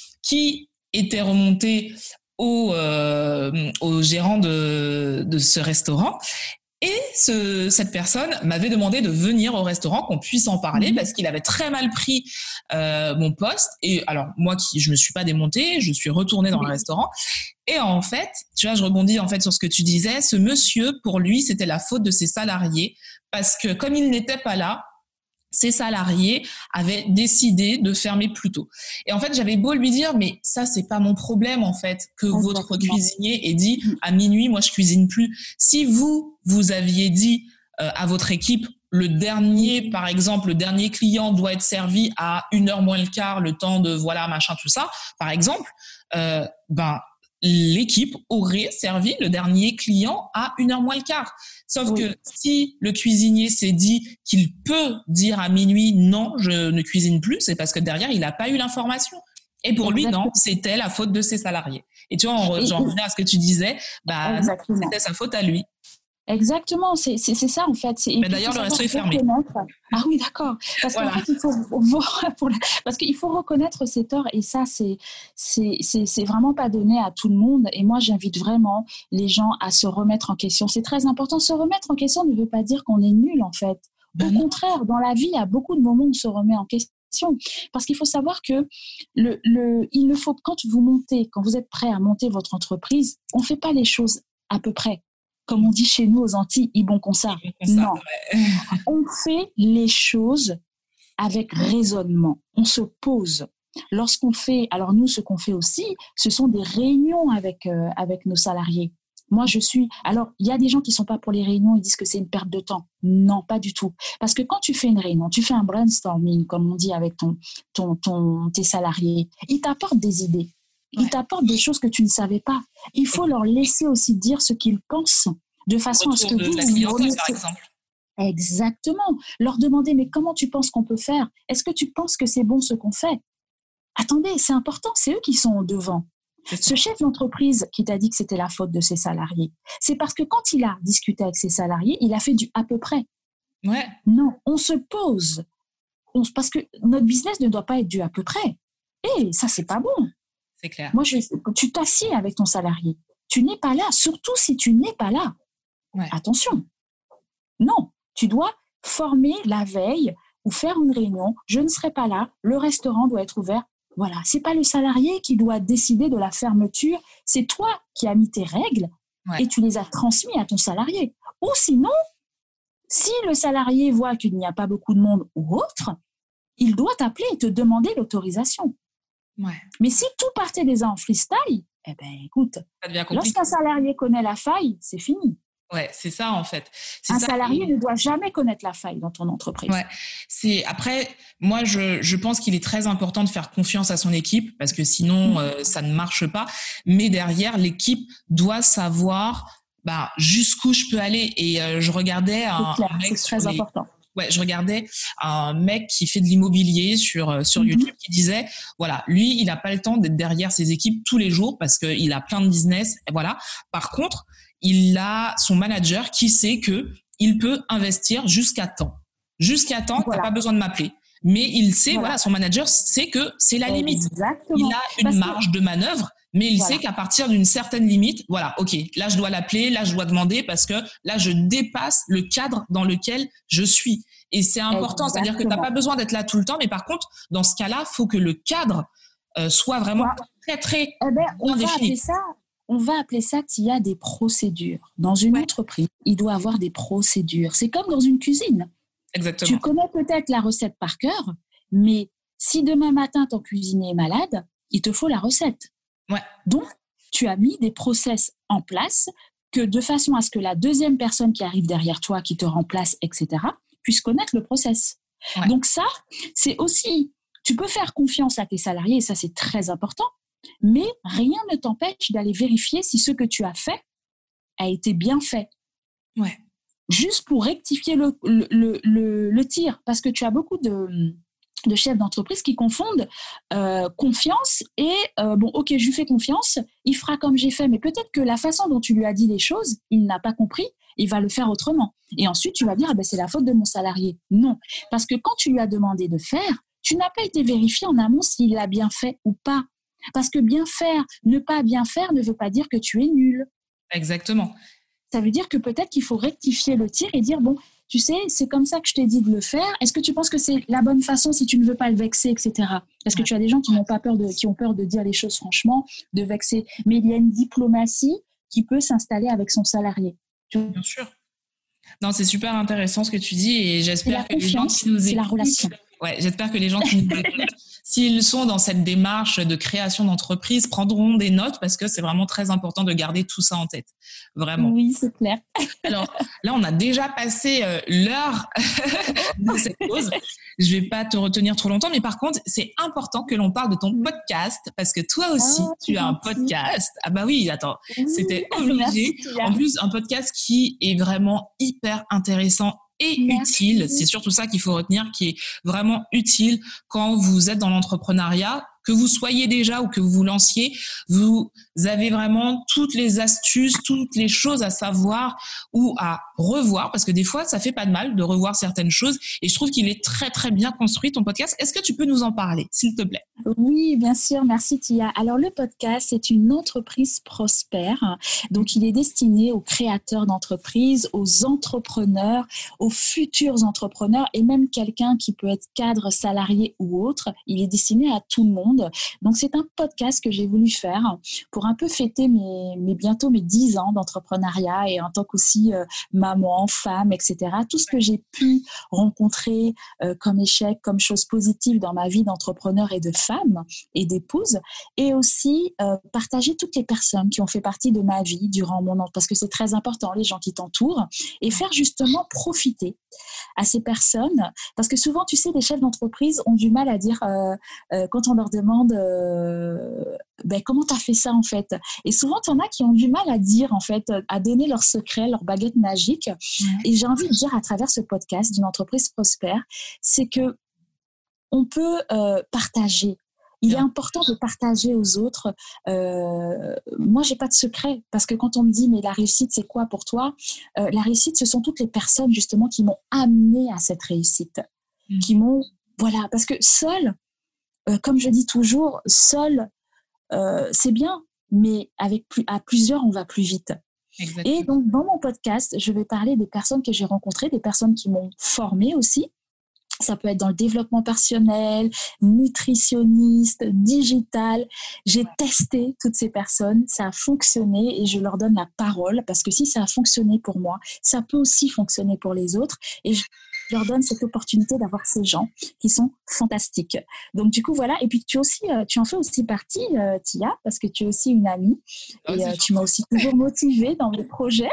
qui était remonté au, euh, au gérant de, de ce restaurant. Et ce, cette personne m'avait demandé de venir au restaurant, qu'on puisse en parler, mmh. parce qu'il avait très mal pris euh, mon poste. Et alors, moi, qui je me suis pas démontée, je suis retournée dans mmh. le restaurant. Et en fait, tu vois, je rebondis en fait sur ce que tu disais. Ce monsieur, pour lui, c'était la faute de ses salariés, parce que comme il n'était pas là, ses salariés avaient décidé de fermer plus tôt. Et en fait, j'avais beau lui dire, mais ça, c'est pas mon problème, en fait, que Exactement. Votre cuisinier ait dit, à minuit, moi, je cuisine plus. Si vous, vous aviez dit euh, à votre équipe, le dernier, par exemple, le dernier client doit être servi à une heure moins le quart, le temps de, voilà, machin, tout ça, par exemple, euh, ben, l'équipe aurait servi le dernier client à une heure moins le quart. Sauf oui. que si le cuisinier s'est dit qu'il peut dire à minuit non, je ne cuisine plus, c'est parce que derrière, il n'a pas eu l'information. Et pour Exactement. Lui, non, c'était la faute de ses salariais. Et tu vois, on, j'en reviens à ce que tu disais, bah, c'était sa faute à lui. Exactement, c'est, c'est, c'est ça en fait. C'est, Mais d'ailleurs, le resto est fermé. Ah oui, d'accord. Parce voilà. qu'en fait, il faut, pour la, parce qu'il faut reconnaître ses torts et ça, c'est, c'est, c'est, c'est vraiment pas donné à tout le monde. Et moi, j'invite vraiment les gens à se remettre en question. C'est très important. Se remettre en question ne veut pas dire qu'on est nul en fait. Au ben contraire, dans la vie, il y a beaucoup de moments où on se remet en question. Parce qu'il faut savoir que le, le, il ne faut quand vous montez, quand vous êtes prêt à monter votre entreprise, on fait pas les choses à peu près. Comme on dit chez nous aux Antilles, ils bon comme ça. Non, ouais. On fait les choses avec raisonnement. On se pose. Lorsqu'on fait, alors nous, ce qu'on fait aussi, ce sont des réunions avec euh, avec nos salariés Moi, je suis... Alors, il y a des gens qui ne sont pas pour les réunions, ils disent que c'est une perte de temps. Non, pas du tout. Parce que quand tu fais une réunion, tu fais un brainstorming, comme on dit avec ton, ton, ton, tes salariés, ils t'apportent des idées. Ils ouais. t'apportent des choses que tu ne savais pas. Il faut leur laisser aussi dire ce qu'ils pensent, de façon à ce que vous... De la clientèle, par exemple. Exactement. Leur demander, mais comment tu penses qu'on peut faire ? Est-ce que tu penses que c'est bon ce qu'on fait ? Attendez, c'est important, c'est eux qui sont au devant. Ce chef d'entreprise qui t'a dit que c'était la faute de ses salariés, c'est parce que quand il a discuté avec ses salariés, il a fait du à peu près. Ouais. Non, on se pose. On, parce que notre business ne doit pas être du à peu près. Et ça, c'est pas bon. C'est clair. Moi, je, tu t'assieds avec ton salarié. Tu n'es pas là, surtout si tu n'es pas là. Ouais. Attention. Non, tu dois former la veille ou faire une réunion. Je ne serai pas là, le restaurant doit être ouvert. Voilà, c'est pas le salarié qui doit décider de la fermeture, c'est toi qui as mis tes règles ouais. et tu les as transmises à ton salarié. Ou sinon, si le salarié voit qu'il n'y a pas beaucoup de monde ou autre, il doit t'appeler et te demander l'autorisation. Ouais. Mais si tout partait déjà en freestyle, eh ben écoute, lorsqu'un salarié connaît la faille, c'est fini. Ouais, c'est ça en fait. C'est un ça, salarié et... ne doit jamais connaître la faille dans ton entreprise. Ouais, c'est après moi je je pense qu'il est très important de faire confiance à son équipe parce que sinon mmh. euh, ça ne marche pas. Mais derrière l'équipe doit savoir bah jusqu'où je peux aller et euh, je regardais un, c'est clair, un mec c'est très sur les... important. Ouais, je regardais un mec qui fait de l'immobilier sur sur mmh. YouTube qui disait voilà, lui, il n'a pas le temps d'être derrière ses équipes tous les jours parce que il a plein de business et voilà. Par contre, il a son manager qui sait que il peut investir jusqu'à temps. Jusqu'à temps, voilà. T'as pas besoin de m'appeler. Mais il sait, voilà, voilà son manager sait que c'est la limite. Exactement. Il a une parce marge que... de manœuvre, mais il voilà. sait qu'à partir d'une certaine limite, voilà, ok, là je dois l'appeler, là je dois demander parce que là je dépasse le cadre dans lequel je suis. Et c'est important, exactement. C'est-à-dire que t'as pas besoin d'être là tout le temps, mais par contre, dans ce cas-là, faut que le cadre euh, soit vraiment ouais. très très eh ben, bien on défini. Va appeler ça On va appeler ça qu'il y a des procédures. Dans une ouais. entreprise, il doit avoir des procédures. C'est comme dans une cuisine. Exactement. Tu connais peut-être la recette par cœur, mais si demain matin, ton cuisinier est malade, il te faut la recette. Ouais. Donc, tu as mis des process en place que de façon à ce que la deuxième personne qui arrive derrière toi, qui te remplace, et cetera, puisse connaître le process. Ouais. Donc ça, c'est aussi... Tu peux faire confiance à tes salariés, et ça, c'est très important. Mais rien ne t'empêche d'aller vérifier si ce que tu as fait a été bien fait. Ouais. Juste pour rectifier le, le, le, le, le tir. Parce que tu as beaucoup de, de chefs d'entreprise qui confondent euh, confiance et euh, bon, ok, je lui fais confiance, il fera comme j'ai fait, mais peut-être que la façon dont tu lui as dit les choses, il n'a pas compris, il va le faire autrement. Et ensuite, tu vas dire, ah ben, c'est la faute de mon salarié. Non. Parce que quand tu lui as demandé de faire, tu n'as pas été vérifié en amont s'il l'a bien fait ou pas. Parce que bien faire, ne pas bien faire ne veut pas dire que tu es nul. Exactement. Ça veut dire que peut-être qu'il faut rectifier le tir et dire, bon, tu sais, c'est comme ça que je t'ai dit de le faire. Est-ce que tu penses que c'est la bonne façon si tu ne veux pas le vexer, et cetera. Parce que ouais. tu as des gens qui n'ont pas peur de, qui ont peur de dire les choses franchement, de vexer. Mais il y a une diplomatie qui peut s'installer avec son salarié. Bien sûr. Non, c'est super intéressant ce que tu dis et j'espère que les gens qui nous écoutent... C'est la relation. Ouais, j'espère que les gens qui nous écoutent, s'ils sont dans cette démarche de création d'entreprise, prendront des notes parce que c'est vraiment très important de garder tout ça en tête. Vraiment. Oui, c'est clair. Alors là, on a déjà passé euh, l'heure de cette pause. Je vais pas te retenir trop longtemps, mais par contre, c'est important que l'on parle de ton podcast parce que toi aussi, oh, tu as un podcast. Ah bah oui, attends, oui, c'était obligé. Merci, en plus, un podcast qui est vraiment hyper intéressant et Merci. utile. C'est surtout ça qu'il faut retenir, qui est vraiment utile quand vous êtes dans l'entrepreneuriat, que vous soyez déjà ou que vous vous lanciez. Vous avez vraiment toutes les astuces, toutes les choses à savoir ou à revoir, parce que des fois, ça fait pas de mal de revoir certaines choses. Et je trouve qu'il est très, très bien construit, ton podcast. Est-ce que tu peux nous en parler, s'il te plaît? Oui, bien sûr. Merci, Tia. Alors, le podcast, c'est une entreprise prospère. Donc, il est destiné aux créateurs d'entreprises, aux entrepreneurs, aux futurs entrepreneurs et même quelqu'un qui peut être cadre, salarié ou autre. Il est destiné à tout le monde. Donc, c'est un podcast que j'ai voulu faire pour un peu fêter mes, mes bientôt mes dix ans d'entrepreneuriat et en tant qu'aussi euh, maman, femme, et cetera. Tout ce que j'ai pu rencontrer euh, comme échec, comme chose positive dans ma vie d'entrepreneur et de femme. femme et d'épouse, et aussi euh, partager toutes les personnes qui ont fait partie de ma vie durant mon an, parce que c'est très important, les gens qui t'entourent, et faire justement profiter à ces personnes, parce que souvent, tu sais, les chefs d'entreprise ont du mal à dire, euh, euh, quand on leur demande euh, ben, comment tu as fait ça en fait, et souvent, tu en as qui ont du mal à dire en fait, à donner leur secret, leur baguette magique, ouais. Et j'ai envie de dire à travers ce podcast d'une entreprise prospère, c'est que on peut euh, partager. Il est important de partager aux autres. Euh, moi, j'ai pas de secret, parce que quand on me dit mais la réussite c'est quoi pour toi, euh, la réussite ce sont toutes les personnes justement qui m'ont amené à cette réussite, mmh. qui m'ont voilà, parce que seul, euh, comme je dis toujours, seul euh, c'est bien, mais avec plus, à plusieurs on va plus vite. Exactement. Et donc dans mon podcast, je vais parler des personnes que j'ai rencontrées, des personnes qui m'ont formée aussi. Ça peut être dans le développement personnel, nutritionniste, digital. J'ai testé toutes ces personnes, ça a fonctionné et je leur donne la parole, parce que si ça a fonctionné pour moi, ça peut aussi fonctionner pour les autres. Et je leur donne cette opportunité d'avoir ces gens qui sont fantastiques. Donc du coup voilà, et puis tu aussi, tu en fais aussi partie, euh, Tia, parce que tu es aussi une amie oh, et euh, tu m'as aussi toujours motivée dans mes projets.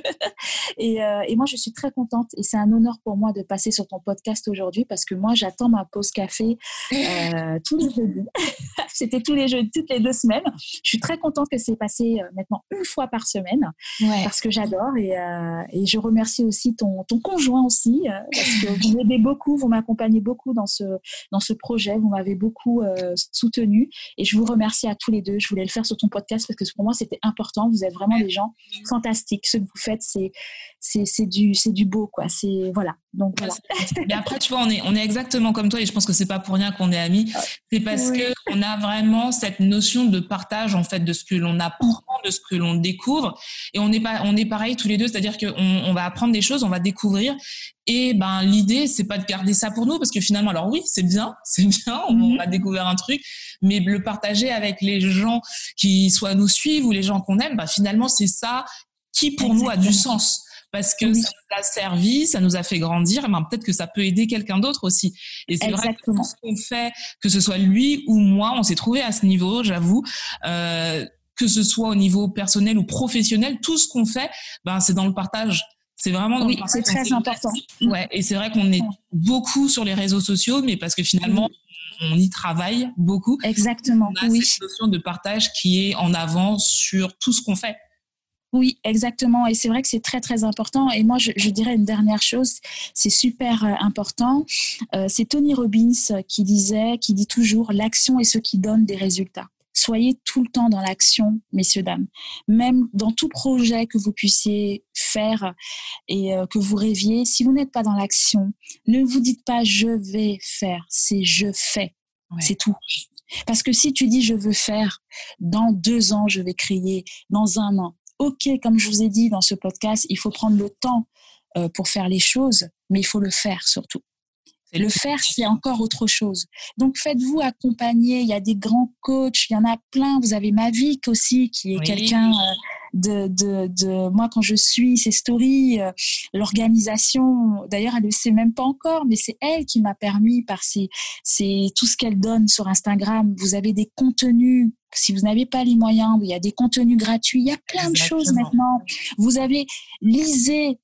et, euh, et moi je suis très contente et c'est un honneur pour moi de passer sur ton podcast aujourd'hui, parce que moi j'attends ma pause café euh, tous les jeudis. C'était tous les jeudis, toutes les deux semaines. Je suis très contente que c'est passé euh, maintenant une fois par semaine, ouais. parce que j'adore et, euh, et je remercie aussi ton, ton conjoint aussi, euh, parce que vous m'aidez beaucoup, vous m'accompagnez beaucoup dans ce, dans ce projet, vous m'avez beaucoup euh, soutenu et je vous remercie à tous les deux. Je voulais le faire sur ton podcast parce que pour moi c'était important. Vous êtes vraiment des gens fantastiques. Ce que vous faites, c'est, c'est, c'est, du, c'est du beau, quoi. C'est, voilà. Donc, voilà. Mais après, tu vois, on est, on est exactement comme toi et je pense que c'est pas pour rien qu'on est amis. C'est parce oui. qu'on a vraiment cette notion de partage, en fait, de ce que l'on apprend, de ce que l'on découvre. Et on est, pas, on est pareil tous les deux, c'est-à-dire qu'on on va apprendre des choses, on va découvrir. Et ben, l'idée, c'est pas de garder ça pour nous, parce que finalement, alors oui, c'est bien, c'est bien, on, mm-hmm. on a découvert un truc, mais le partager avec les gens qui soit nous suivent ou les gens qu'on aime, ben, finalement, c'est ça qui, pour Exactement. Nous, a du sens. Parce que oui. ça nous a servi, ça nous a fait grandir, et ben peut-être que ça peut aider quelqu'un d'autre aussi. Et c'est Exactement. Vrai que tout ce qu'on fait, que ce soit lui ou moi, on s'est trouvé à ce niveau, j'avoue, euh, que ce soit au niveau personnel ou professionnel, tout ce qu'on fait, ben c'est dans le partage. C'est vraiment dans oui, le partage. C'est très important. Ouais, et c'est vrai qu'on est beaucoup sur les réseaux sociaux, mais parce que finalement, oui. on y travaille beaucoup. Exactement. On a oui. cette notion de partage qui est en avant sur tout ce qu'on fait. Oui, exactement. Et c'est vrai que c'est très, très important. Et moi, je, je dirais une dernière chose, c'est super euh, important. Euh, c'est Tony Robbins qui disait, qui dit toujours, l'action est ce qui donne des résultats. Soyez tout le temps dans l'action, messieurs, dames. Même dans tout projet que vous puissiez faire et euh, que vous rêviez, si vous n'êtes pas dans l'action, ne vous dites pas « je vais faire », c'est « je fais ouais. ». C'est tout. Parce que si tu dis « je veux faire », dans deux ans, je vais créer, dans un an. Ok, comme je vous ai dit dans ce podcast, il faut prendre le temps euh, pour faire les choses, mais il faut le faire surtout. C'est le faire, c'est encore autre chose. Donc, faites-vous accompagner. Il y a des grands coachs, il y en a plein. Vous avez Mavic aussi, qui est oui. quelqu'un euh, de, de, de... Moi, quand je suis ses stories, euh, l'organisation, d'ailleurs, elle ne le sait même pas encore, mais c'est elle qui m'a permis, par ses, ses, tout ce qu'elle donne sur Instagram. Vous avez des contenus. Si vous n'avez pas les moyens, il y a des contenus gratuits, il y a plein Exactement. De choses maintenant. Vous avez, lisez,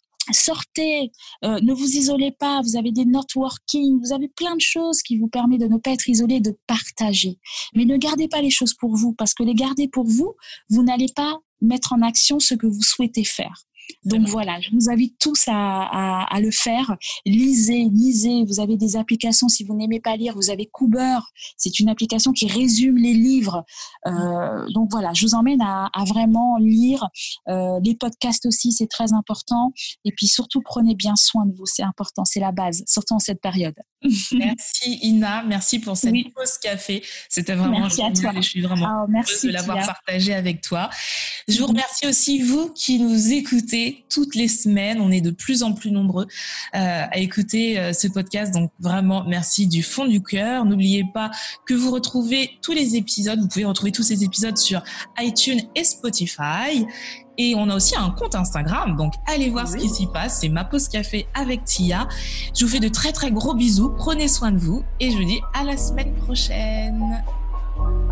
sortez, euh, ne vous isolez pas, vous avez des networking, vous avez plein de choses qui vous permettent de ne pas être isolé, de partager. Mais ne gardez pas les choses pour vous, parce que les garder pour vous, vous n'allez pas mettre en action ce que vous souhaitez faire. Donc voilà, je vous invite tous à, à, à le faire. Lisez, lisez. Vous avez des applications, si vous n'aimez pas lire, vous avez Cooper. C'est une application qui résume les livres. Euh, donc voilà, je vous emmène à, à vraiment lire. Euh, les podcasts aussi, c'est très important. Et puis surtout, prenez bien soin de vous. C'est important, c'est la base, surtout en cette période. Merci Ina, merci pour cette oui. pause café. C'était vraiment merci génial et je suis vraiment oh, heureuse de l'avoir Tia. Partagé avec toi. Je vous remercie aussi vous qui nous écoutez toutes les semaines. On est de plus en plus nombreux euh, à écouter euh, ce podcast. Donc vraiment, merci du fond du cœur. N'oubliez pas que vous retrouvez tous les épisodes. Vous pouvez retrouver tous ces épisodes sur iTunes et Spotify. Et on a aussi un compte Instagram, donc allez voir oui. ce qui s'y passe. C'est Ma Pause Café avec Tia. Je vous fais de très très gros bisous. Prenez soin de vous et je vous dis à la semaine prochaine.